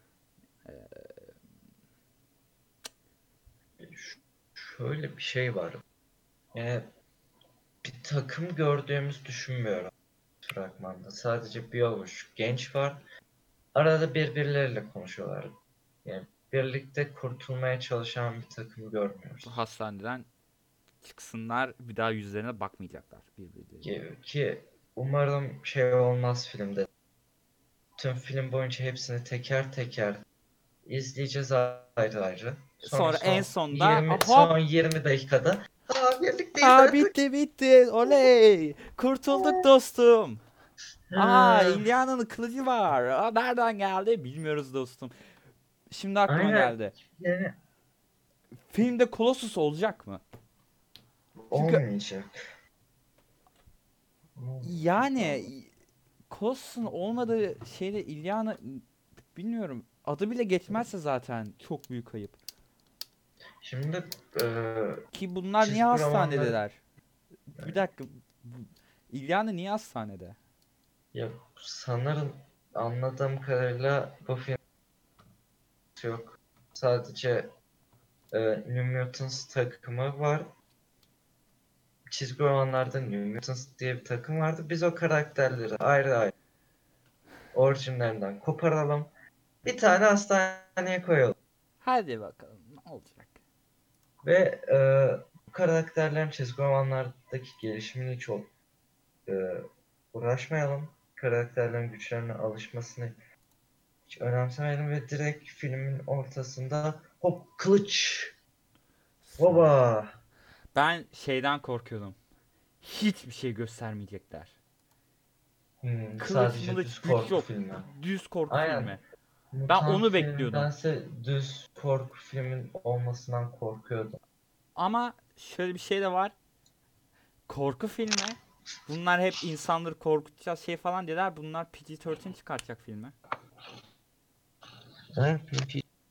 Ş- Şöyle bir şey var. Yani bir takım gördüğümüz düşünmüyorum fragmanda. Sadece bir avuç genç var. Arada birbirleriyle konuşuyorlar. Yani birlikte kurtulmaya çalışan bir takım Bu görmüyoruz. hastaneden çıksınlar bir daha yüzlerine bakmayacaklar birbirlerinin. Ki, ki umarım şey olmaz filmde. Tüm film boyunca hepsini teker teker izleyeceğiz ayrı ayrı. Sonra Sonra en son sonda yirmi hop son yirmi dakikada aa birlikteyiz ha artık. bitti bitti oley kurtulduk dostum. Aa Ha, İlyana'nın kılıcı var. Aa, nereden geldi bilmiyoruz dostum. Şimdi aklıma aynen geldi. yani Filmde Colossus olacak mı? Çünkü olmayacak. Olmayacak yani abi. Colossus'un olmadığı şeyde İlyana bilmiyorum. Adı bile geçmezse zaten çok büyük ayıp. Şimdi eee Ki bunlar niye çizgi romanları hastanedeler? Bir dakika. bu- İlyana niye hastanede? ya sanırım anladığım kadarıyla bu film yok. Sadece eee New Mutants takımı var. Çizgi romanlarda New Mutants diye bir takım vardı. Biz o karakterleri ayrı ayrı orijinlerinden koparalım. Bir tane hastaneye koyalım. Hadi bakalım ne olacak? Ve e, bu karakterlerin çizgi romanlardaki gelişimini çok e, uğraşmayalım. Karakterlerin güçlerine alışmasını hiç önemsemeyelim ve direkt filmin ortasında hop kılıç Sa- baba. Ben şeyden korkuyordum. Hiçbir şey göstermeyecekler. Hmm, Kılıç sadece mılıç düz güç korku yok. filmi. Düz korku Aynen. filmi. Ben Mutant onu bekliyordum. filmindense düz korku filmin olmasından korkuyordum. Ama şöyle bir şey de var. Korku filmi. Bunlar hep insanları korkutacağız şey falan dediler. Bunlar P G on üç çıkartacak filmi. Evet,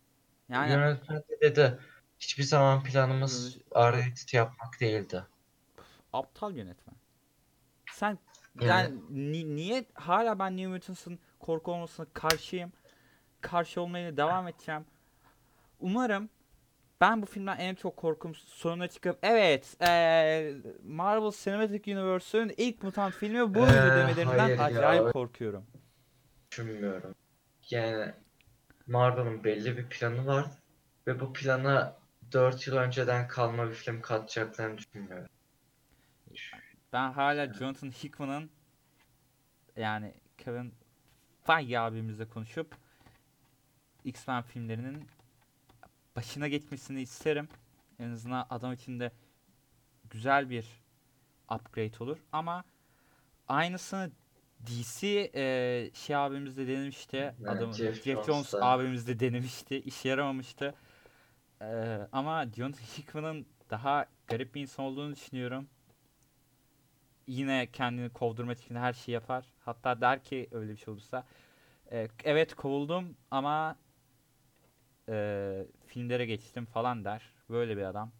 Yani Yönetmen de dedi hiçbir zaman planımız R-rated yapmak değildi. aptal yönetmen. Sen Yani yani ni- niye hala ben New Mutants'ın korku olmasına karşıyım. Karşı olmaya devam edeceğim. Umarım ben bu filmden en çok korkum sonuna çıkıp evet eee, Marvel Cinematic Universe'ün ilk mutant filmi buydu eee, demelerinden hayır ya, acayip öyle korkuyorum. düşünmüyorum. Yani Marvel'ın belli bir planı var ve bu plana dört yıl önceden kalma bir film katacaklarını düşünmüyorum. Ben hala Jonathan Hickman'ın yani Kevin Feige abimizle konuşup X-Men filmlerinin başına geçmesini isterim. En azından adam için de güzel bir upgrade olur. Ama aynısını D C e, şey abimiz de denemişti. Yani Adamın Jeff Jeff Jones Jones'ta abimiz de denemişti. İşe yaramamıştı. E, ama Jonathan Hickman'ın daha garip bir insan olduğunu düşünüyorum. Yine kendini kovdurmak için her şeyi yapar. Hatta der ki öyle bir şey olursa e, evet kovuldum ama e, filmlere geçtim falan der. Böyle bir adam.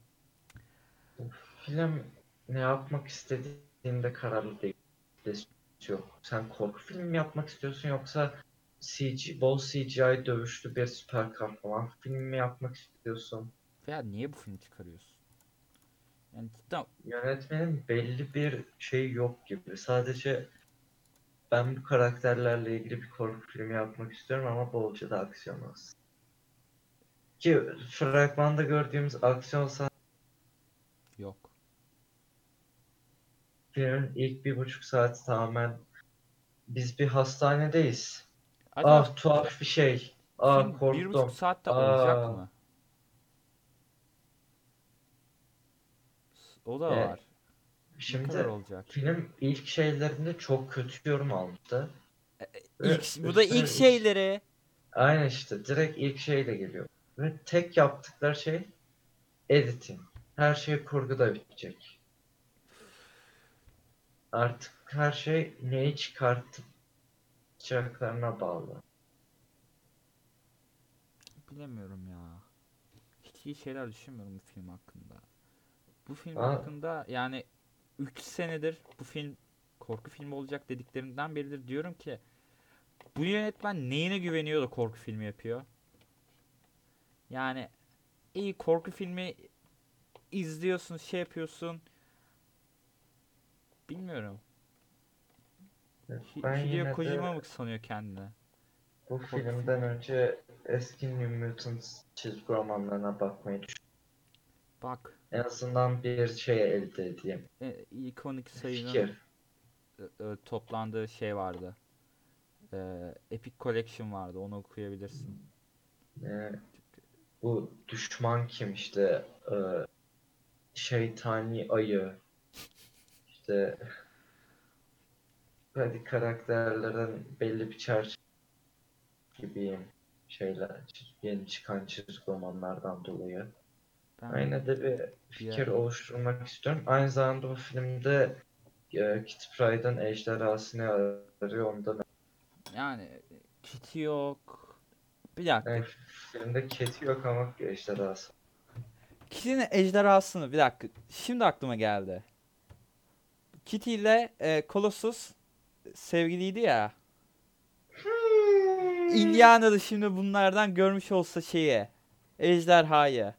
film ne yapmak istediğinde kararlı değil. Yok. Sen korku filmi mi yapmak istiyorsun yoksa C G, bol C G I dövüşlü bir süper kahraman filmi mi yapmak istiyorsun? Veya niye bu filmi çıkarıyorsun? Yani cidden Yönetmenin belli bir şey yok gibi. Sadece ben bu karakterlerle ilgili bir korku filmi yapmak istiyorum ama bolca da aksiyon olsun. Ki fragmanda gördüğümüz aksiyon yok. sahnelerin ilk bir buçuk saati tamamen biz bir hastanedeyiz. Acaba Ah, tuhaf bir şey. Ah, film bir buçuk korktum. saatte olacak Ah. mı? O da Yani var. Ne kadar şimdi olacak? film ilk şeylerinde çok kötü yorum almıştı. Ve İlk, bu da ilk üstüne ilk, şeyleri. aynı işte direkt ilk şeyle geliyor. Ve tek yaptıkları şey editing. Her şey kurguda bitecek. Artık her şey neyi çıkartacaklarına bağlı. Bilemiyorum ya. Hiç iyi şeyler düşünmüyorum bu film hakkında. Bu film Ama hakkında yani üç senedir bu film korku filmi olacak dediklerinden beridir diyorum ki bu yönetmen neyine güveniyor da korku filmi yapıyor? Yani iyi korku filmi izliyorsun, şey yapıyorsun. Bilmiyorum. Hi- ben Hideo yine Kojima de mı sanıyor kendini? bu Korku filmden filmi. önce eski New Mutants çizgi romanlarına bakmayı düşünüyorum. Bak, En azından bir şey elde edeyim. e, ilk on iki sayının Fikir. e, e, toplandığı şey vardı. E, Epic Collection vardı. Onu okuyabilirsin. Ee, bu düşman kim işte, e, şeytani ayı, işte hadi karakterlerin belli bir çerçeve gibiyim şeyler, yeni çıkan çizgi romanlardan dolayı. Ben Aynı de bir bir fikir oluşturmak istiyorum. Aynı zamanda bu filmde e, Kitty Pryde'ın ejderhasını arıyor. Ondan yani kiti yok. Bir dakika. yani filmde Keti yok ama ejderhası. Kitty'nin ejderhasını bir dakika. Şimdi aklıma geldi. Kitty ile e, Colossus sevgiliydi ya. Hmm. Indiana da şimdi bunlardan görmüş olsa şeyi. Ejderhayı.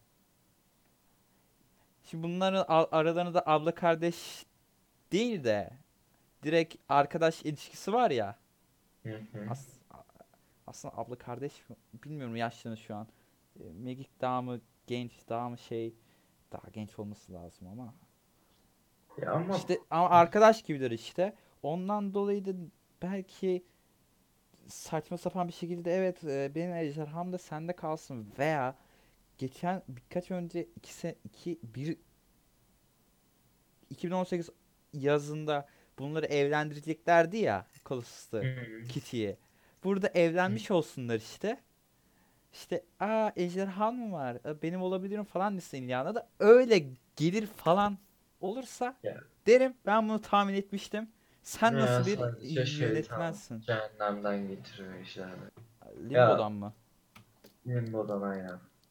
Şimdi bunların a- aralarında abla kardeş değil de direkt arkadaş ilişkisi var ya. Hı hı. As aslında abla kardeş mi? Bilmiyorum yaşlarını şu an. E, Megik daha mı genç, daha mı şey, daha genç olması lazım ama. Ya ama İşte ama arkadaş gibidir işte. Ondan dolayı da belki saçma sapan bir şekilde evet e, benim ejderham da sende kalsın veya geçen birkaç önce iki sene iki bir iki bin on sekiz yazında bunları evlendireceklerdi ya Colossus'ta hı. Kitty'yi. Burada evlenmiş olsunlar işte. İşte aa ejderhan mı var? E, Benim olabilirim falan desin Ilyana da öyle gelir falan olursa Ya, derim ben bunu tahmin etmiştim. Sen ya nasıl bir sadece şeytan yönetmensin? cehennemden getiriyor işte. Ya Limbo'dan mı? Limbo'dan aynen.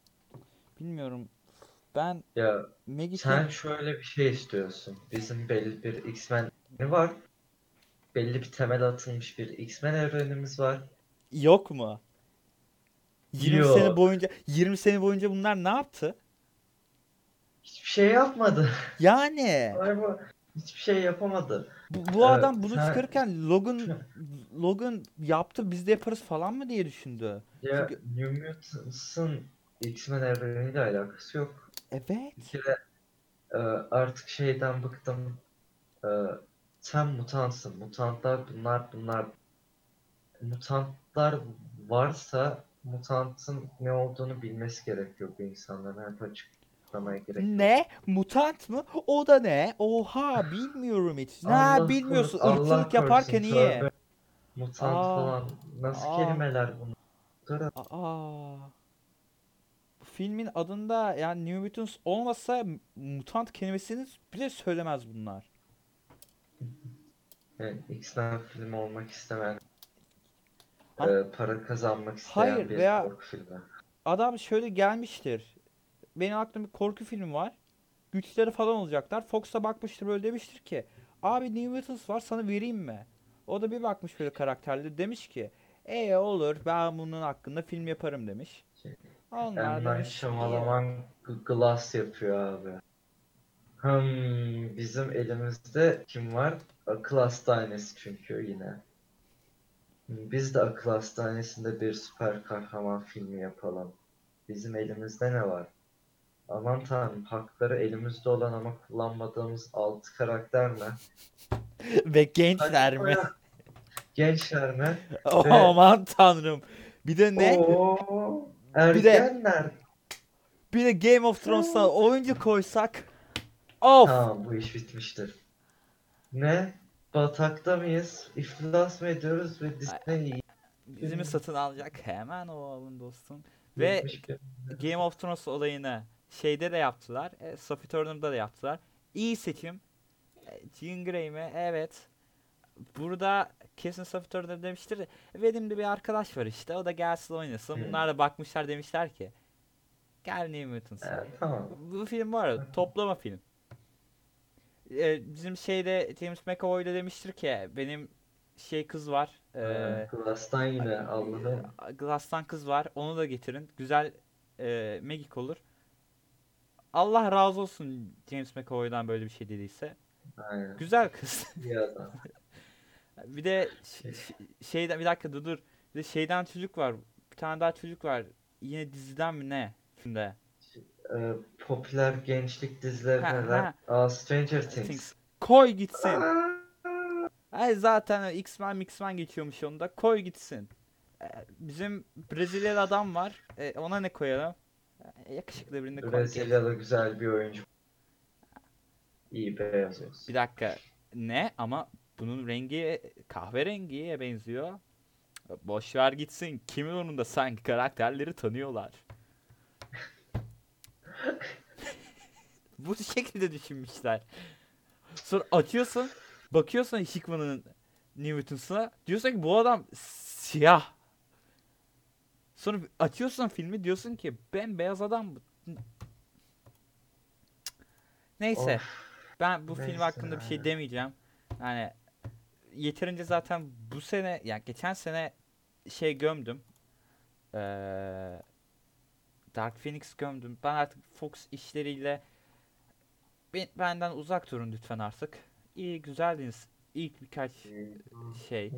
Bilmiyorum. Ben Ya Magic'in sen şöyle bir şey istiyorsun. Bizim belli bir X-Men var. Belli bir temel atılmış bir X-Men evrenimiz var. yok mu? yirmi sene Yok. boyunca yirmi sene boyunca bunlar ne yaptı? Hiçbir şey yapmadı. Yani Galiba hiçbir şey yapamadı. bu, bu Ee, adam bunu sen çıkarırken Logan şu- Logan yaptı biz de yaparız falan mı diye düşündü. ya Çünkü New Mutants'ın X-Men evreniyle alakası yok. Bir evet. kere e, artık şeyden bıktım. Ee, sen mutantsın. Mutantlar bunlar bunlar. Mutantlar varsa mutantın ne olduğunu bilmesi gerekiyor bu insanların. Hep açıklamaya gerek yok. Ne? Mutant mı? O da ne? Oha bilmiyorum hiç. Ne Allah korusun, bilmiyorsun? Allah Irkçılık korusun, yaparken iyi. tövbe. Mutant Aa, falan. Nasıl aa, kelimeler bunlar? aa. Bu filmin adında yani New Mutants olmasa m- mutant kelimesini bile söylemez bunlar. Yani X-Men filmi olmak istemeyen, Hani e, para kazanmak isteyen hayır bir veya korku filmi. adam şöyle gelmiştir. Benim aklımda bir korku filmi var. Güçleri falan olacaklar. Fox'a bakmıştır böyle demiştir ki abi New Mutants var sana vereyim mi? O da bir bakmış böyle karakterleri demiş ki e olur ben bunun hakkında film yaparım demiş. Şey, Onlar M. Night demiş iyi. Shyamalan G- Glass yapıyor abi. Hmm, bizim elimizde kim var? Akıl hastanesi çünkü yine. Biz de akıl hastanesinde bir süper kahraman filmi yapalım. Bizim elimizde ne var? Aman tanrım, hakları elimizde olan ama kullanmadığımız altı karakter mi? Ve gençler Saçma mi? ya. Gençler mi? Ve Aman tanrım. Bir de ne? o Bir de ergenler. bir de Game of Thrones'ta oyuncu koysak. Of. Tamam, bu iş bitmiştir. Ne? Batakta mıyız? İflas mı ediyoruz ve Disney Bizimi satın alacak hemen olalım dostum. Ve yetmiş bir. Game of Thrones olayını şeyde de yaptılar. E, Sophie Turner'da da yaptılar. İyi seçim. E, Jean Grey mi? Evet. Burada kesin Sophie Turner demiştir. de, Benim de bir arkadaş var işte. O da gelsin oynasın. Hmm. Bunlar da bakmışlar demişler ki. Gel New Mutants'a. Evet, tamam. Bu film var ya toplama film. E, bizim şeyde James McAvoy da demiştir ki benim şey kız var. Ha, E, Glass'tan yine Allah'ım. Glass'tan kız var. Onu da getirin. Güzel e, Magic olur. Allah razı olsun James McAvoy'dan böyle bir şey dediyse. Aynen. Güzel kız. İyi adam. Bir de ş- Şey, ş- şeyden bir dakika dur dur. Bir de şeyden çocuk var. Bir tane daha çocuk var. Yine diziden mi ne? Filmde. e, popüler gençlik Ha dizileri neler? ha. Aa, Stranger Things. Things. Koy gitsin. Aa! Ay zaten X-Men X-Men geçiyormuş onda. Koy gitsin. Ee, Bizim Brezilyalı adam var. Ee, ona ne koyalım? Ee, Yakışıklı birini koy geç. Brezilyalı güzel bir oyuncu. İyi beyaz Bir olsun. dakika. Ne? Ama bunun rengi kahverengiye benziyor. Boş ver gitsin. Kimin onunda sanki karakterleri tanıyorlar. Bu şekilde düşünmüşler. Sonra açıyorsun. Bakıyorsun Hickman'ın Newton'suna. Diyorsun ki bu adam siyah. Sonra açıyorsun filmi diyorsun ki bembeyaz adam bu. Neyse. Of. Ben bu film Neyse. hakkında bir şey demeyeceğim. Yani yeterince zaten bu sene yani geçen sene şey gömdüm. Ee, Dark Phoenix gömdüm. Ben artık Fox işleriyle ben- benden uzak durun lütfen artık. İyi güzeldiniz. İlk birkaç şey.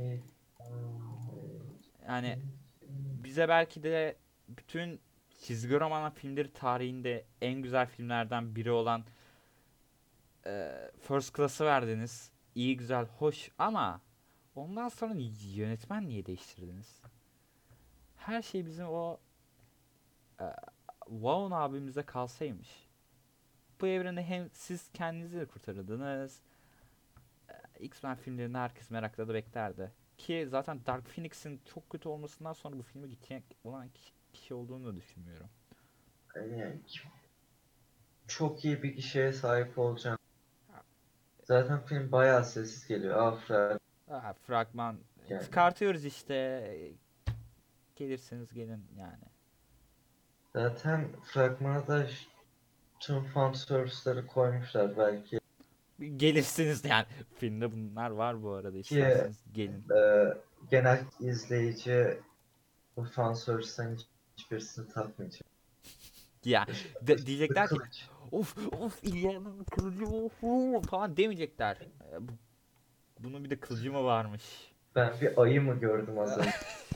Yani bize belki de bütün çizgi roman filmleri tarihinde en güzel filmlerden biri olan e, First Class'ı verdiniz. İyi güzel hoş ama ondan sonra yönetmen niye değiştirdiniz? Her şey bizim o e, Vaughn abimize kalsaymış. Bu evreni hem siz kendinizi de kurtarırdınız. X-Men filmlerini herkes merakla da beklerdi. Ki zaten Dark Phoenix'in çok kötü olmasından sonra bu filme gidecek olan kişi, kişi olduğunu da düşünmüyorum. Yani çok iyi bir kişiye sahip olacağım. Zaten film bayağı sessiz geliyor. Afra Aa, fragman yani. çıkartıyoruz işte. Gelirseniz gelin yani. Zaten fragmana da ş- tüm fan service'leri koymuşlar belki Gelirsiniz yani. Filmde bunlar var bu arada. ki İsterseniz gelin. e, genel izleyici bu fan service'lerin hiç- hiçbirisini takmayacak. Ya İşte, de- ışıklı diyecekler ki kılıç. of of İlya'nın kılıcı of, of falan demeyecekler. E, bu- bunun bir de kılıcı mı varmış? Ben bir ayı mı gördüm az önce?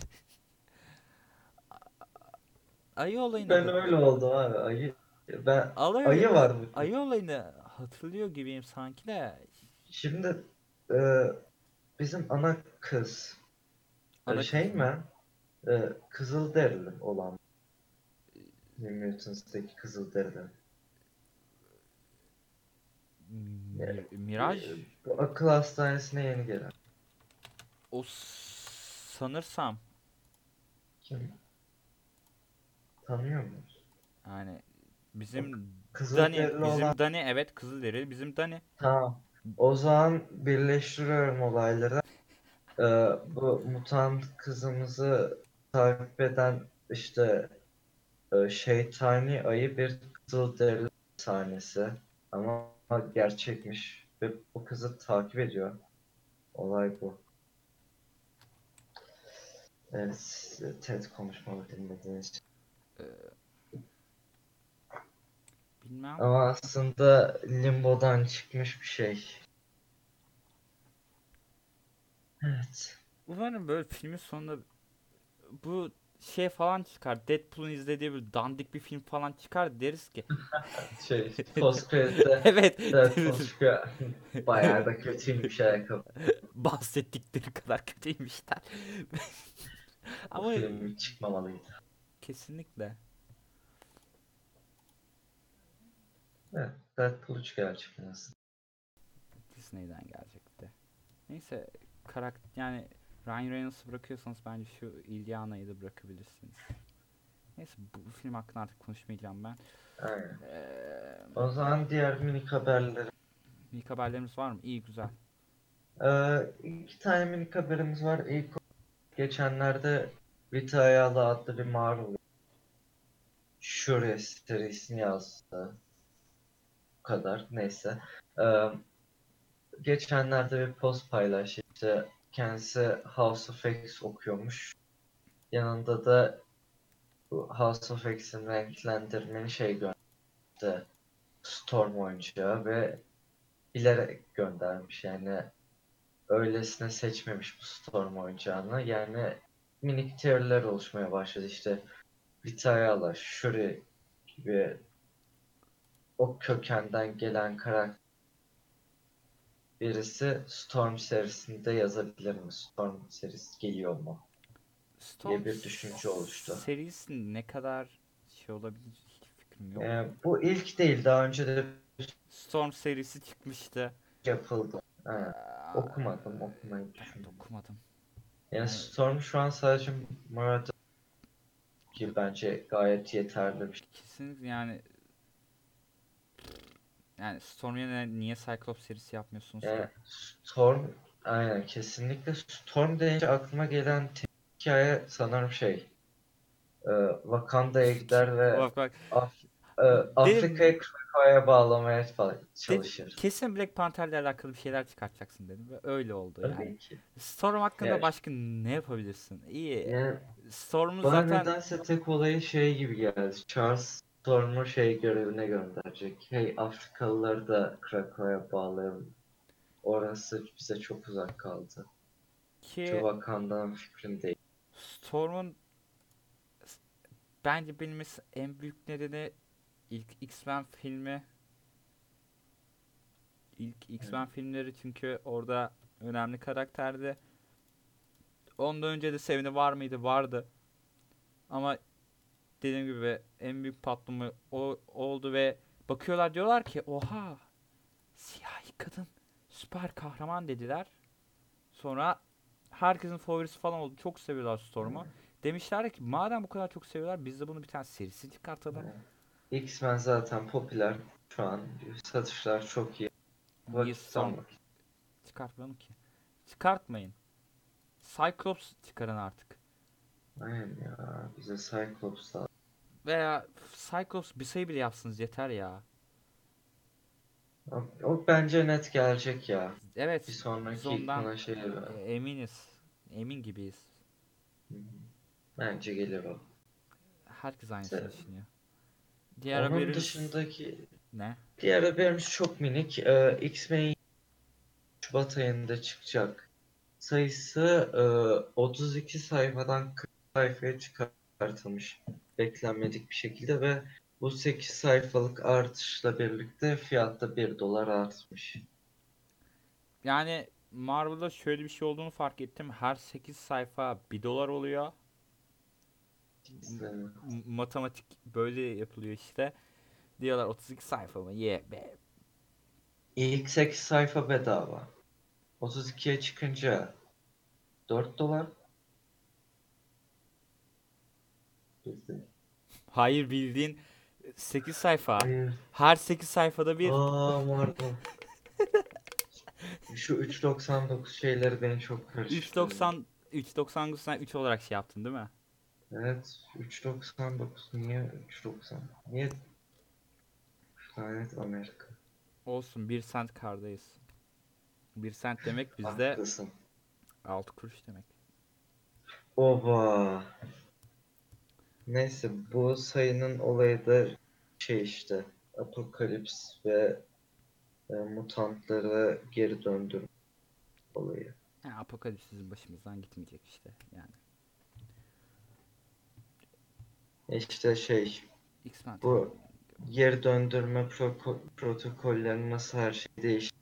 Ayı olayını Ben hat öyle oldum abi. Ayı ben Alay ayı var bu. ayı olayını hatırlıyor gibiyim sanki de. Şimdi e, bizim ana kız e, Ana şey kız mı? mi? E, Kızılderili olan New Mutants'taki Kızılderili. E, Mir- e, Miraj bu akıl hastanesine yeni gelen. o s- sanırsam Kim? Tanıyor musun? yani O bizim Dani Kızılderili olan bizim Dani evet Kızılderili bizim Dani. tamam. O zaman birleştiriyorum olayları. E, bu mutant kızımızı takip eden işte e, şeytani ayı bir Kızılderili sahnesi. Ama gerçekmiş ve bu kızı takip ediyor. Olay bu. Evet, TED konuşmamı dinlediğiniz için. Ee, bilmem. Ama aslında limbodan çıkmış bir şey. Evet. Umarım böyle filmin sonunda bu şey falan çıkar. Deadpool'un izlediği bir dandik bir film falan çıkar deriz ki. Şey, post credit'te Evet. Deadpool çıkıyor. Bayağı da kötüymüş ayakkabı. Bahsettikleri kadar kötüymüşler. O Ama film hiç çıkmamalıydı. kesinlikle. Evet, Deadpool üç gerçekten aslında. Disney'den gelecekti. Neyse karakter yani Ryan Reynolds'ı bırakıyorsanız bence şu Ilyana'yı da bırakabilirsiniz. Neyse bu film hakkında artık konuşmayacağım ben. Aynen. Ee, O zaman diğer minik haberleri. ilk haberlerimiz var mı? İyi güzel. Ee, iki tane minik haberimiz var. İlk geçenlerde Vita Ayala adlı bir Marvel Shuri serisini yazdı. Bu kadar. Neyse. Ee, geçenlerde bir post paylaştı. İşte kendisi House of X okuyormuş. Yanında da bu House of X'in renklendirmeni şey gönderdi. Storm oyuncağı ve bilerek göndermiş. Yani öylesine seçmemiş bu Storm oyuncağını. Yani minik teoriler oluşmaya başladı. İşte Vitayala, Shuri gibi o kökenden gelen karakter birisi Storm serisinde yazabilir mi? Storm serisi geliyor mu? Storm Diye bir düşünce oluştu. serisi ne kadar şey olabilir hiç fikrim yok. Ee, bu ilk değil. Daha önce de Storm serisi çıkmıştı. yapıldı. Ee, Ha, okumadım. Okumayı ben de düşündüm. okumadım. Yani Yani Storm şu an sadece Murat ki bence gayet yeterli bir şey. kesinlikle yani yani Storm yerine niye Cyclops serisi yapmıyorsunuz Yani ki? Storm aynen kesinlikle Storm deyince aklıma gelen tek hikaye sanırım şey e, Wakanda'ya gider ve Bak bak. Af e, Dedim Afrika'yı Krakow'a bağlamaya falan dedim çalışır. kesin Black Panther'le alakalı bir şeyler çıkartacaksın dedim ve öyle oldu yani. Tabii ki. Storm hakkında Ya, başka ne yapabilirsin? İyi. yani Storm'u bana zaten nedense tek olayı şey gibi geldi. Charles Storm'u şey görevine gönderecek. Hey Afrikalıları da Krakow'a bağlayalım. Orası bize çok uzak kaldı. Şu ki Wakanda'nın fikrim değil. Storm'un bence benim mes- en büyük nedeni ilk X-Men filmi. İlk X-Men filmleri çünkü orada önemli karakterdi. Ondan önce de Seven'i var mıydı? Vardı. Ama dediğim gibi en büyük patlama o oldu ve bakıyorlar diyorlar ki oha siyahi kadın süper kahraman dediler. Sonra herkesin favorisi falan oldu. Çok seviyorlar Storm'u. Demişler ki madem bu kadar çok seviyorlar biz de bunu bir tane serisi çıkartalım. X-Men zaten popüler şu an. Satışlar çok iyi. Niye Vakit Storm almak. çıkartmayalım ki? Çıkartmayın. Cyclops çıkarın artık. Aynen ya. Bize Cyclops lazım. Veya Cyclops bir sayı bile yapsınız yeter ya. O, o bence net gelecek ya. Bir Evet, biz sonraki ondan buna şey e, eminiz. Emin gibiyiz. Hı hı. Bence gelir o. Herkes aynısını Se- düşünüyor. Diğer Onun haberimiz dışındaki ne? diğer haberimiz çok minik. Ee, X-Men Şubat ayında çıkacak. Sayısı e, otuz iki sayfadan kırk sayfaya çıkartılmış. Beklenmedik bir şekilde ve bu sekiz sayfalık artışla birlikte fiyatta bir dolar artmış. Yani Marvel'da şöyle bir şey olduğunu fark ettim. Her sekiz sayfa bir dolar oluyor. M- İşte m- matematik böyle yapılıyor işte. Diyorlar otuz iki sayfa mı? Ye be. ilk sekiz sayfa bedava. otuz ikiye çıkınca dört dolar. Hayır, bildiğin sekiz sayfa. Hayır. Her sekiz sayfada bir Aa pardon. Şu üç doksan dokuz şeyleri beni çok karıştırıyor. üç doksan üç doksan dokuzdan üç olarak şey yaptın değil mi? Evet, üç doksan dokuz niye üç doksan? Niye Planet Amerika? Olsun, bir sent kardayız. Bir sent demek bizde Haklısın. altı kuruş demek. Oha. Neyse bu sayının olayı da şey işte Apokalips ve e, mutantları geri döndürme olayı. Yani Apokalips bizim başımızdan gitmeyecek işte yani. İşte şey X-Men tabii. bu geri döndürme proko- protokolleri nasıl her şey değişti,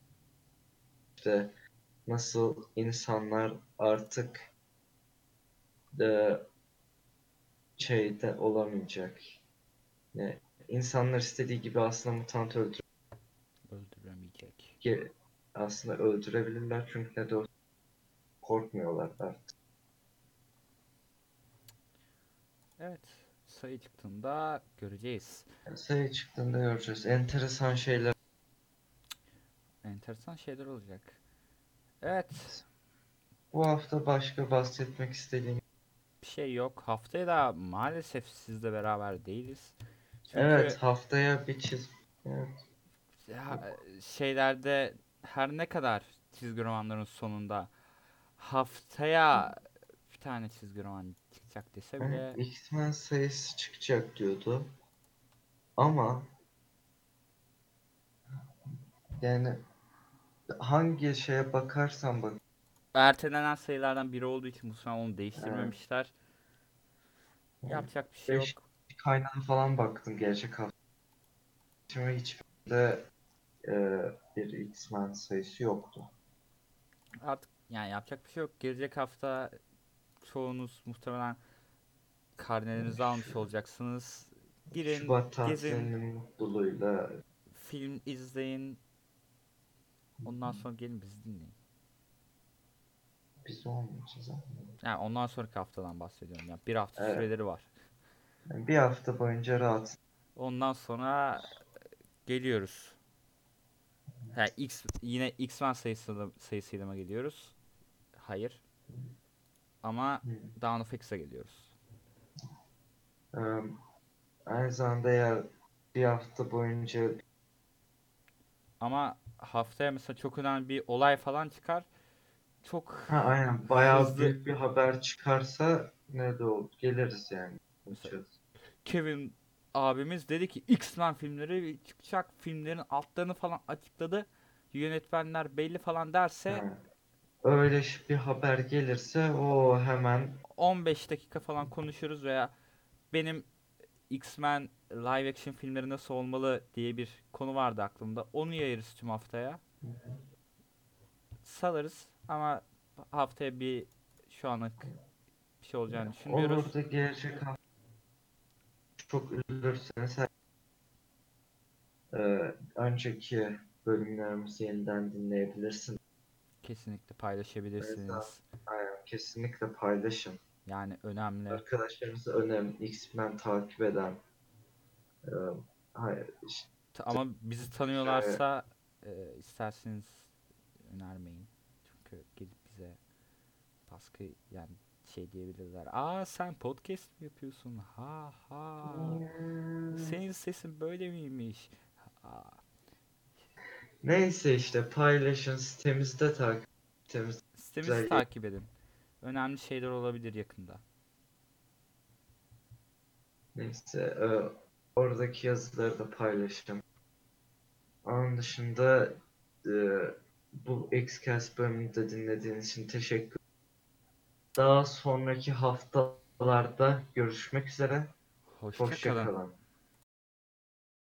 nasıl insanlar artık da şeyde olamayacak. Yani insanlar istediği gibi aslında mutant Öldüremeyecek. öldüre aslında öldürebilirler çünkü ne de o korkmuyorlar artık. Evet. Sayı çıktığında göreceğiz. Yani sayı çıktığında göreceğiz. Enteresan şeyler. Enteresan şeyler olacak. Evet. Bu hafta başka bahsetmek istediğim. Bir şey yok. Haftaya da maalesef sizle beraber değiliz. Evet Çünkü haftaya bir çiz. Evet. ya, şeylerde her ne kadar çizgi romanların sonunda haftaya bir tane çizgi roman çıkacak dese Evet, bile X-Men sayısı çıkacak diyordu. Ama yani hangi şeye bakarsan bak. ertelenen sayılardan biri olduğu için muhtemelen onu Evet. değiştirmemişler. Yapacak bir şey Beş yok. kaynağına falan baktım gelecek hafta. Şimdi hiçbirinde e, bir X-Men sayısı yoktu. Artık yani yapacak bir şey yok. Gelecek hafta çoğunuz muhtemelen karnelerinizi almış Şu olacaksınız. Girin, Şubat gezin, tatilinin mutluluğuyla film izleyin. Ondan sonra gelin bizi dinleyin. biz olmayacağız ama. Yani ondan sonraki haftadan bahsediyorum. Yani bir hafta Evet. süreleri var. Yani bir hafta boyunca rahat. Ondan sonra geliyoruz. Ha, X yine X-Men sayısı sayısıyla mı geliyoruz? Hayır. Ama Dawn of X'e geliyoruz. Ee, Aynı zamanda eğer bir hafta boyunca Ama haftaya mesela çok önemli bir olay falan çıkar. Çok ha aynen bayağı hızlı, büyük bir haber çıkarsa ne de olur geliriz yani. mesela Konuşacağız. Kevin abimiz dedi ki X-Men filmleri çıkacak, filmlerin altlarını falan açıkladı. Yönetmenler belli falan derse Ha, öyle ş- bir haber gelirse o hemen on beş dakika falan konuşuruz veya benim X-Men live action filmleri nasıl olmalı diye bir konu vardı aklımda. Onu yayarız tüm haftaya. Salarız ama haftaya bir şu anlık bir şey olacağını olur düşünmüyoruz. da gelecek hafta çok üzülürseniz her- e, önceki bölümlerimizi yeniden dinleyebilirsiniz. Kesinlikle Mesela paylaşabilirsiniz. aynen, kesinlikle paylaşın. Yani önemli. Arkadaşlarınızı önemli X-Men takip eden e, hayır, işte, Ta- Ama bizi hikaye tanıyorlarsa e, isterseniz önermeyin. Çünkü gelip bize baskı yani şey diyebilirler. Aa, sen podcast mi yapıyorsun? Ha ha. Hmm. Senin sesin böyle miymiş? Aa, Neyse işte paylaşın, sitemizde takip. Sitemiz sitemizi güzel yer. takip edin. Önemli şeyler olabilir yakında. Neyse e, oradaki yazıları da paylaşın. Onun dışında e, bu Xcast bölümünü de dinlediğiniz için teşekkür. Daha sonraki haftalarda görüşmek üzere. Hoşça Hoşça kalın. kalın.